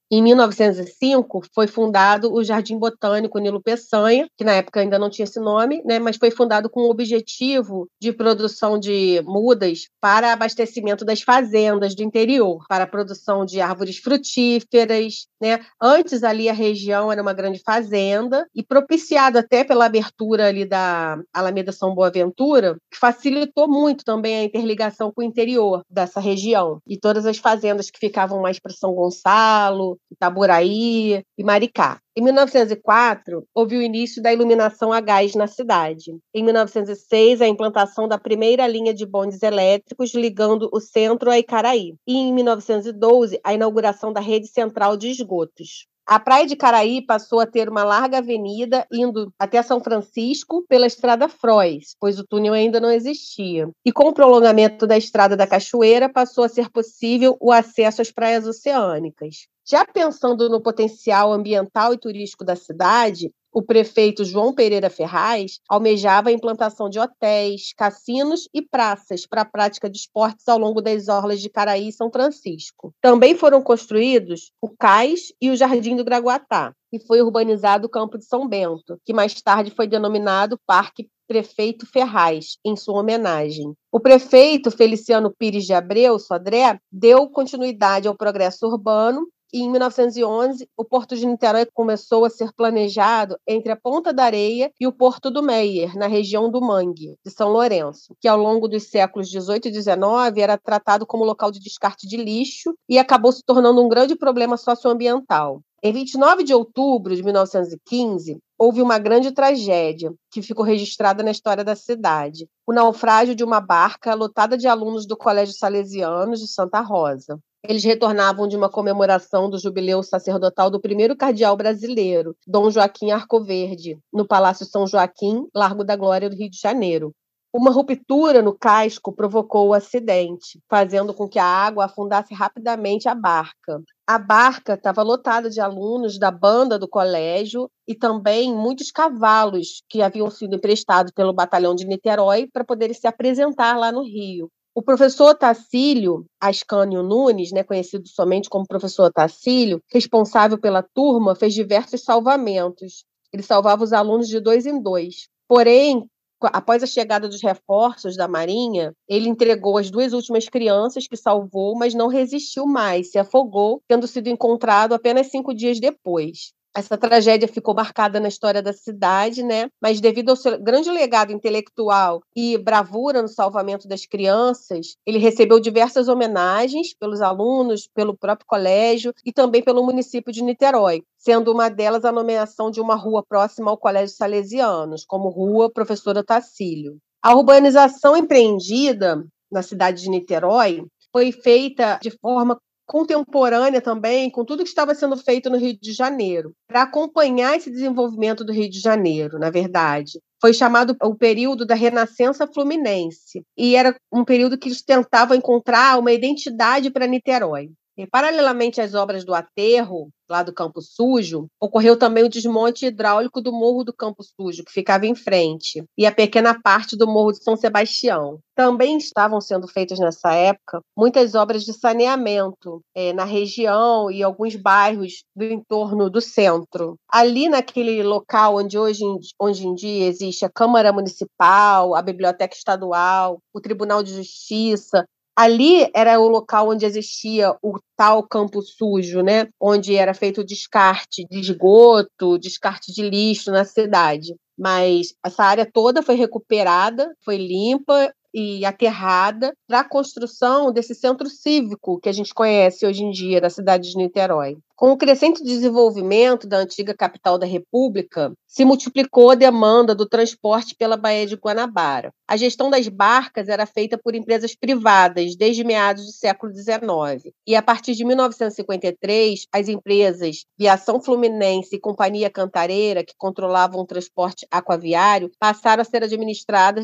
Em mil novecentos e cinco, foi fundado o Jardim Botânico Nilo Peçanha, que na época ainda não tinha esse nome, né, mas foi fundado com o objetivo de produção de mudas para abastecimento das fazendas do interior, para a produção de árvores frutíferas, né? Antes ali a região era uma grande fazenda e propiciado até pela abertura ali da Alameda São Boaventura, que facilitou muito também a interligação com o interior dessa região e todas as fazendas que ficavam mais para São Gonçalo, Itaboraí e Maricá. Em mil novecentos e quatro, houve o início da iluminação a gás na cidade. Em mil novecentos e seis, a implantação da primeira linha de bondes elétricos ligando o centro a Icaraí. E em mil novecentos e doze, a inauguração da rede central de esgotos. A Praia de Icaraí passou a ter uma larga avenida indo até São Francisco pela Estrada Frois, pois o túnel ainda não existia. E com o prolongamento da Estrada da Cachoeira, passou a ser possível o acesso às praias oceânicas. Já pensando no potencial ambiental e turístico da cidade, o prefeito João Pereira Ferraz almejava a implantação de hotéis, cassinos e praças para a prática de esportes ao longo das orlas de Icaraí e São Francisco. Também foram construídos o Cais e o Jardim do Graguatá, e foi urbanizado o Campo de São Bento, que mais tarde foi denominado Parque Prefeito Ferraz, em sua homenagem. O prefeito Feliciano Pires de Abreu, Sodré, deu continuidade ao progresso urbano. E em mil novecentos e onze, o Porto de Niterói começou a ser planejado entre a Ponta da Areia e o Porto do Meier, na região do Mangue, de São Lourenço, que ao longo dos séculos dezoito e dezenove era tratado como local de descarte de lixo e acabou se tornando um grande problema socioambiental. Em vinte e nove de outubro de mil novecentos e quinze, houve uma grande tragédia que ficou registrada na história da cidade: o naufrágio de uma barca lotada de alunos do Colégio Salesianos de Santa Rosa. Eles retornavam de uma comemoração do jubileu sacerdotal do primeiro cardeal brasileiro, Dom Joaquim Arcoverde, no Palácio São Joaquim, Largo da Glória, do Rio de Janeiro. Uma ruptura no casco provocou o acidente, fazendo com que a água afundasse rapidamente a barca. A barca estava lotada de alunos da banda do colégio e também muitos cavalos que haviam sido emprestados pelo Batalhão de Niterói para poderem se apresentar lá no Rio. O professor Tacílio Ascânio Nunes, né, conhecido somente como professor Tacílio, responsável pela turma, fez diversos salvamentos. Ele salvava os alunos de dois em dois. Porém, após a chegada dos reforços da Marinha, ele entregou as duas últimas crianças que salvou, mas não resistiu mais, se afogou, tendo sido encontrado apenas cinco dias depois. Essa tragédia ficou marcada na história da cidade, né? Mas devido ao seu grande legado intelectual e bravura no salvamento das crianças, ele recebeu diversas homenagens pelos alunos, pelo próprio colégio e também pelo município de Niterói, sendo uma delas a nomeação de uma rua próxima ao Colégio Salesianos, como Rua Professor Otacílio. A urbanização empreendida na cidade de Niterói foi feita de forma contemporânea também com tudo que estava sendo feito no Rio de Janeiro, para acompanhar esse desenvolvimento do Rio de Janeiro, na verdade. Foi chamado o período da Renascença Fluminense, e era um período que eles tentavam encontrar uma identidade para Niterói. E, paralelamente às obras do aterro, lá do Campo Sujo, ocorreu também o desmonte hidráulico do Morro do Campo Sujo, que ficava em frente, e a pequena parte do Morro de São Sebastião. Também estavam sendo feitas nessa época muitas obras de saneamento é, na região e alguns bairros do entorno do centro. Ali naquele local onde hoje, hoje em dia existe a Câmara Municipal, a Biblioteca Estadual, o Tribunal de Justiça, ali era o local onde existia o tal Campo Sujo, né? Onde era feito o descarte de esgoto, descarte de lixo na cidade. Mas essa área toda foi recuperada, foi limpa e aterrada para a construção desse centro cívico que a gente conhece hoje em dia da cidade de Niterói. Com o crescente desenvolvimento da antiga capital da República, se multiplicou a demanda do transporte pela Baía de Guanabara. A gestão das barcas era feita por empresas privadas desde meados do século dezenove. E a partir de mil novecentos e cinquenta e três, as empresas Viação Fluminense e Companhia Cantareira, que controlavam o transporte aquaviário, passaram a ser administradas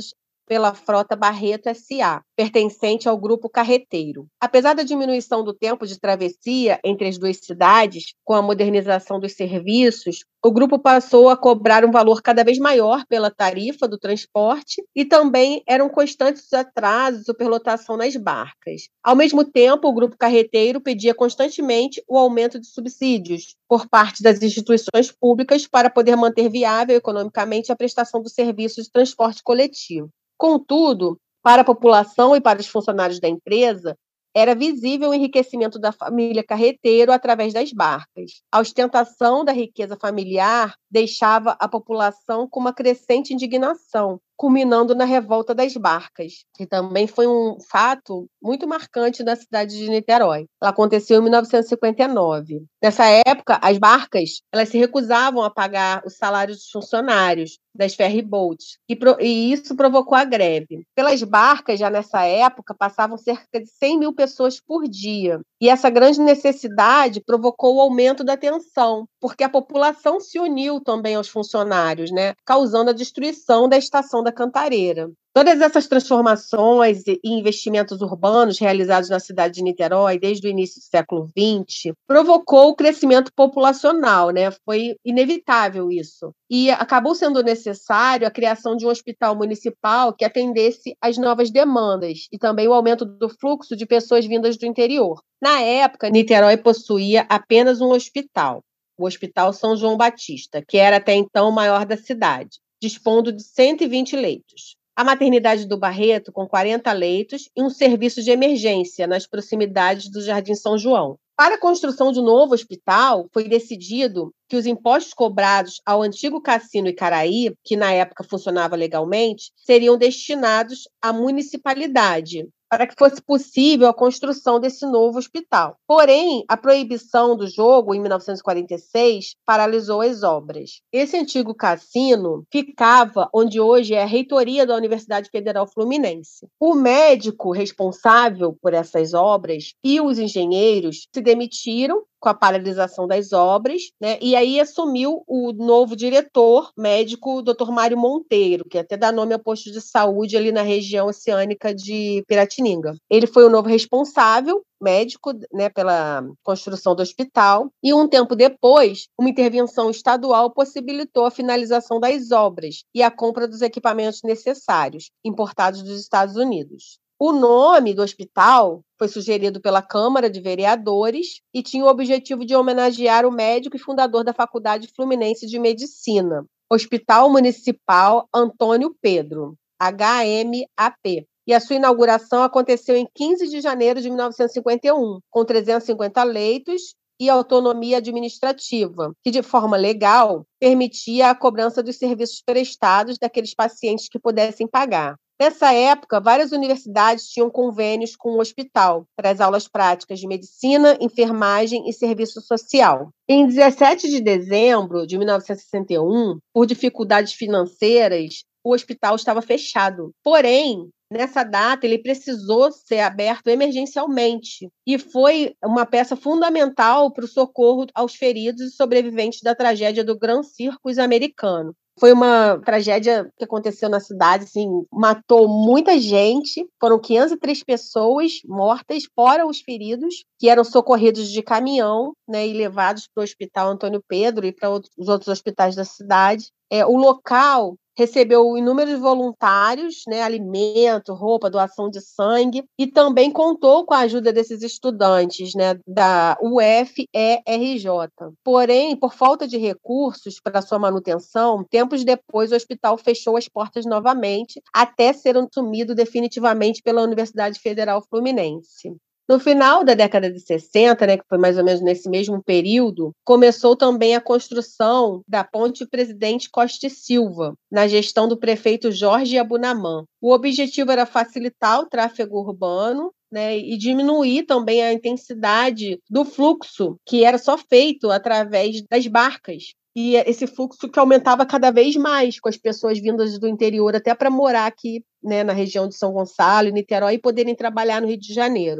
pela frota Barreto S A, pertencente ao Grupo Carreteiro. Apesar da diminuição do tempo de travessia entre as duas cidades, com a modernização dos serviços, o grupo passou a cobrar um valor cada vez maior pela tarifa do transporte e também eram constantes os atrasos e superlotação nas barcas. Ao mesmo tempo, o Grupo Carreteiro pedia constantemente o aumento de subsídios por parte das instituições públicas para poder manter viável economicamente a prestação do serviço de transporte coletivo. Contudo, para a população e para os funcionários da empresa, era visível o enriquecimento da família Carreteiro através das barcas. A ostentação da riqueza familiar deixava a população com uma crescente indignação, culminando na revolta das barcas, que também foi um fato muito marcante da cidade de Niterói. Ela aconteceu em mil novecentos e cinquenta e nove. Nessa época, as barcas elas se recusavam a pagar os salários dos funcionários das ferryboats, e, pro, e isso provocou a greve. Pelas barcas, já nessa época, passavam cerca de cem mil pessoas por dia, e essa grande necessidade provocou o aumento da tensão, porque a população se uniu também aos funcionários, né, causando a destruição da estação da Cantareira. Todas essas transformações e investimentos urbanos realizados na cidade de Niterói desde o início do século vinte provocou o crescimento populacional, né? Foi inevitável isso. E acabou sendo necessário a criação de um hospital municipal que atendesse às novas demandas e também o aumento do fluxo de pessoas vindas do interior. Na época, Niterói possuía apenas um hospital, o Hospital São João Batista, que era até então o maior da cidade, dispondo de cento e vinte leitos. A maternidade do Barreto, com quarenta leitos, e um serviço de emergência nas proximidades do Jardim São João. Para a construção de um novo hospital, foi decidido que os impostos cobrados ao antigo Cassino Icaraí, que na época funcionava legalmente, seriam destinados à municipalidade, para que fosse possível a construção desse novo hospital. Porém, a proibição do jogo, em mil novecentos e quarenta e seis, paralisou as obras. Esse antigo cassino ficava onde hoje é a reitoria da Universidade Federal Fluminense. O médico responsável por essas obras e os engenheiros se demitiram com a paralisação das obras, né? E aí assumiu o novo diretor médico, o doutor Mário Monteiro, que até dá nome ao posto de saúde ali na região oceânica de Piratininga. Ele foi o novo responsável médico, né, pela construção do hospital, e um tempo depois, uma intervenção estadual possibilitou a finalização das obras e a compra dos equipamentos necessários, importados dos Estados Unidos. O nome do hospital foi sugerido pela Câmara de Vereadores e tinha o objetivo de homenagear o médico e fundador da Faculdade Fluminense de Medicina, Hospital Municipal Antônio Pedro, H M A P. E a sua inauguração aconteceu em quinze de janeiro de mil novecentos e cinquenta e um, com trezentos e cinquenta leitos e autonomia administrativa, que, de forma legal, permitia a cobrança dos serviços prestados daqueles pacientes que pudessem pagar. Nessa época, várias universidades tinham convênios com o hospital para as aulas práticas de medicina, enfermagem e serviço social. Em dezessete de dezembro de mil novecentos e sessenta e um, por dificuldades financeiras, o hospital estava fechado. Porém, nessa data, ele precisou ser aberto emergencialmente e foi uma peça fundamental para o socorro aos feridos e sobreviventes da tragédia do Gran Circus americano. Foi uma tragédia que aconteceu na cidade, assim, matou muita gente, foram quinhentas e três pessoas mortas, fora os feridos, que eram socorridos de caminhão, né, e levados para o Hospital Antônio Pedro e para os outros hospitais da cidade. É, o local recebeu inúmeros voluntários, né, alimento, roupa, doação de sangue, e também contou com a ajuda desses estudantes, né, da U F E R J. Porém, por falta de recursos para sua manutenção, tempos depois o hospital fechou as portas novamente, até ser assumido definitivamente pela Universidade Federal Fluminense. No final da década de sessenta, né, que foi mais ou menos nesse mesmo período, começou também a construção da Ponte Presidente Costa e Silva, na gestão do prefeito Jorge Abunamã. O objetivo era facilitar o tráfego urbano, né, e diminuir também a intensidade do fluxo, que era só feito através das barcas. E esse fluxo que aumentava cada vez mais, com as pessoas vindas do interior até para morar aqui, né, na região de São Gonçalo e Niterói e poderem trabalhar no Rio de Janeiro.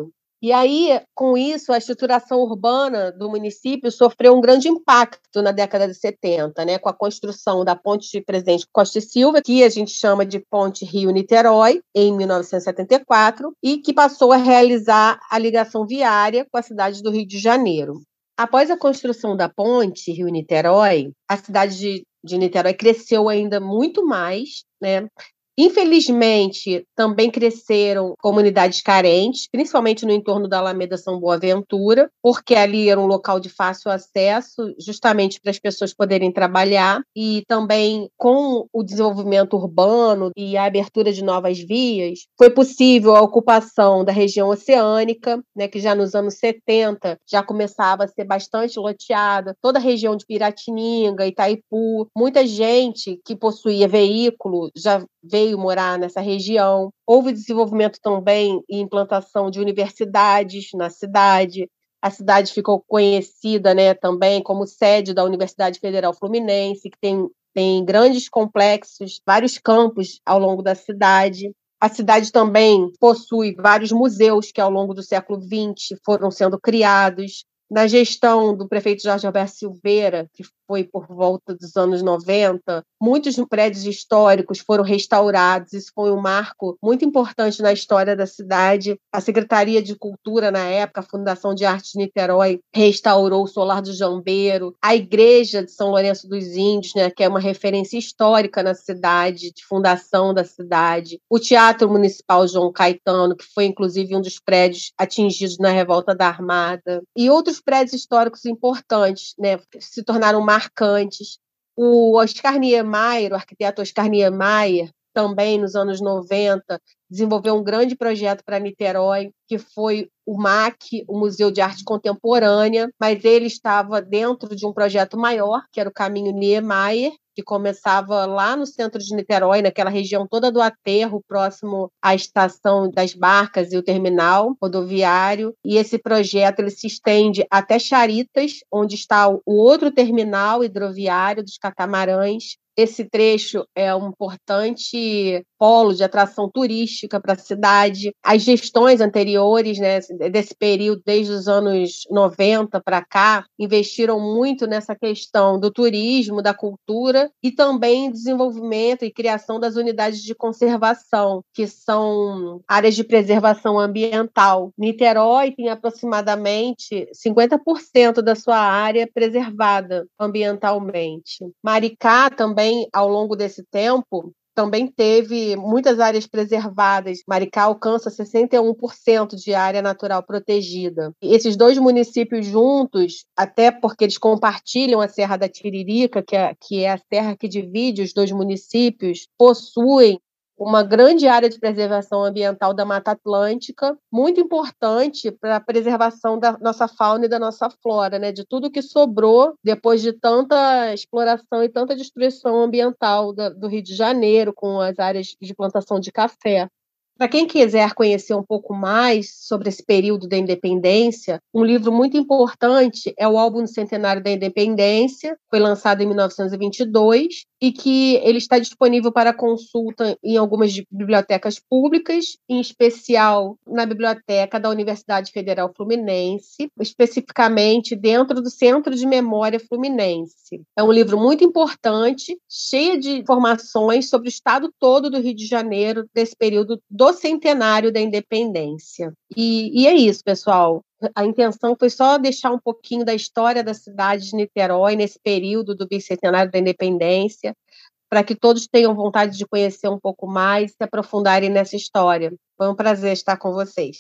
E aí, com isso, a estruturação urbana do município sofreu um grande impacto na década de setenta, né, com a construção da Ponte Presidente Costa e Silva, que a gente chama de Ponte Rio-Niterói, em mil novecentos e setenta e quatro, e que passou a realizar a ligação viária com a cidade do Rio de Janeiro. Após a construção da ponte Rio-Niterói, a cidade de, de Niterói cresceu ainda muito mais, né? Infelizmente, também cresceram comunidades carentes, principalmente no entorno da Alameda São Boaventura, porque ali era um local de fácil acesso, justamente para as pessoas poderem trabalhar, e também com o desenvolvimento urbano e a abertura de novas vias, foi possível a ocupação da região oceânica, né, que já nos anos setenta já começava a ser bastante loteada, toda a região de Piratininga, Itaipu, muita gente que possuía veículo já veio morar nessa região. Houve desenvolvimento também e implantação de universidades na cidade. A cidade ficou conhecida, né, também como sede da Universidade Federal Fluminense, que tem, tem grandes complexos, vários campos ao longo da cidade. A cidade também possui vários museus que, ao longo do século vinte, foram sendo criados. Na gestão do prefeito Jorge Alberto Silveira, que foi por volta dos anos noventa, muitos prédios históricos foram restaurados. Isso foi um marco muito importante na história da cidade. A Secretaria de Cultura, na época, a Fundação de Artes de Niterói, restaurou o Solar do Jambeiro. A Igreja de São Lourenço dos Índios, né, que é uma referência histórica na cidade, de fundação da cidade. O Teatro Municipal João Caetano, que foi, inclusive, um dos prédios atingidos na Revolta da Armada. E outros prédios históricos importantes, né, se tornaram marcantes. O Oscar Niemeyer, o arquiteto Oscar Niemeyer, também nos anos noventa, desenvolveu um grande projeto para Niterói, que foi o M A C, o Museu de Arte Contemporânea, mas ele estava dentro de um projeto maior, que era o Caminho Niemeyer, que começava lá no centro de Niterói, naquela região toda do aterro, próximo à estação das barcas e o terminal rodoviário. E esse projeto ele se estende até Charitas, onde está o outro terminal hidroviário dos catamarãs. Esse trecho é um importante polo de atração turística para a cidade. As gestões anteriores, né, desse período, desde os anos noventa para cá, investiram muito nessa questão do turismo, da cultura e também desenvolvimento e criação das unidades de conservação, que são áreas de preservação ambiental. Niterói tem aproximadamente cinquenta por cento da sua área preservada ambientalmente. Maricá também, ao longo desse tempo, também teve muitas áreas preservadas. Maricá alcança sessenta e um por cento de área natural protegida. E esses dois municípios juntos, até porque eles compartilham a Serra da Tiririca, que é, que é a serra que divide os dois municípios, possuem uma grande área de preservação ambiental da Mata Atlântica, muito importante para a preservação da nossa fauna e da nossa flora, né? De tudo que sobrou depois de tanta exploração e tanta destruição ambiental do Rio de Janeiro, com as áreas de plantação de café. Para quem quiser conhecer um pouco mais sobre esse período da independência, um livro muito importante é o Álbum do Centenário da Independência, foi lançado em mil novecentos e vinte e dois, e que ele está disponível para consulta em algumas bibliotecas públicas, em especial na Biblioteca da Universidade Federal Fluminense, especificamente dentro do Centro de Memória Fluminense. É um livro muito importante, cheio de informações sobre o estado todo do Rio de Janeiro, desse período do centenário da independência. E, e é isso, pessoal. A intenção foi só deixar um pouquinho da história da cidade de Niterói nesse período do bicentenário da independência, para que todos tenham vontade de conhecer um pouco mais e se aprofundarem nessa história. Foi um prazer estar com vocês.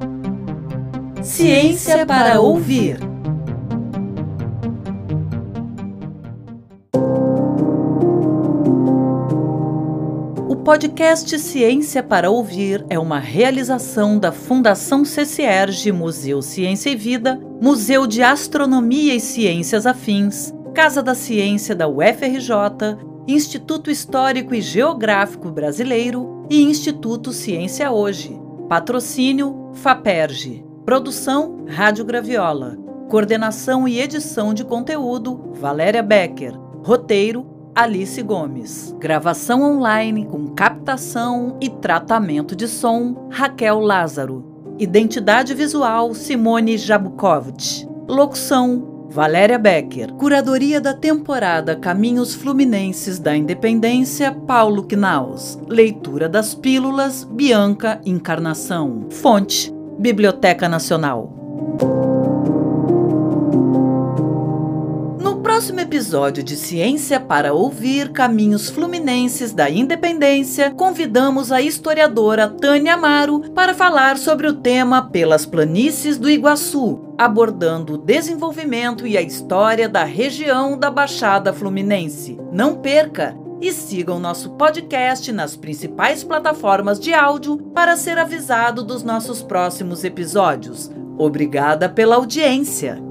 Ciência para ouvir. O podcast Ciência para Ouvir é uma realização da Fundação CECIERJ, Museu Ciência e Vida, Museu de Astronomia e Ciências Afins, Casa da Ciência da U F R J, Instituto Histórico e Geográfico Brasileiro e Instituto Ciência Hoje. Patrocínio FAPERJ. Produção Rádio Graviola. Coordenação e edição de conteúdo Valéria Becker. Roteiro Alice Gomes. Gravação online com captação e tratamento de som Raquel Lázaro. Identidade visual, Simone Jabukovic. Locução, Valéria Becker. Curadoria da temporada Caminhos Fluminenses da Independência, Paulo Knaus. Leitura das pílulas, Bianca Encarnação. Fonte, Biblioteca Nacional. No próximo episódio de Ciência para Ouvir, Caminhos Fluminenses da Independência, convidamos a historiadora Tânia Amaro para falar sobre o tema Pelas Planícies do Iguaçu, abordando o desenvolvimento e a história da região da Baixada Fluminense. Não perca! E sigam nosso podcast nas principais plataformas de áudio para ser avisado dos nossos próximos episódios. Obrigada pela audiência!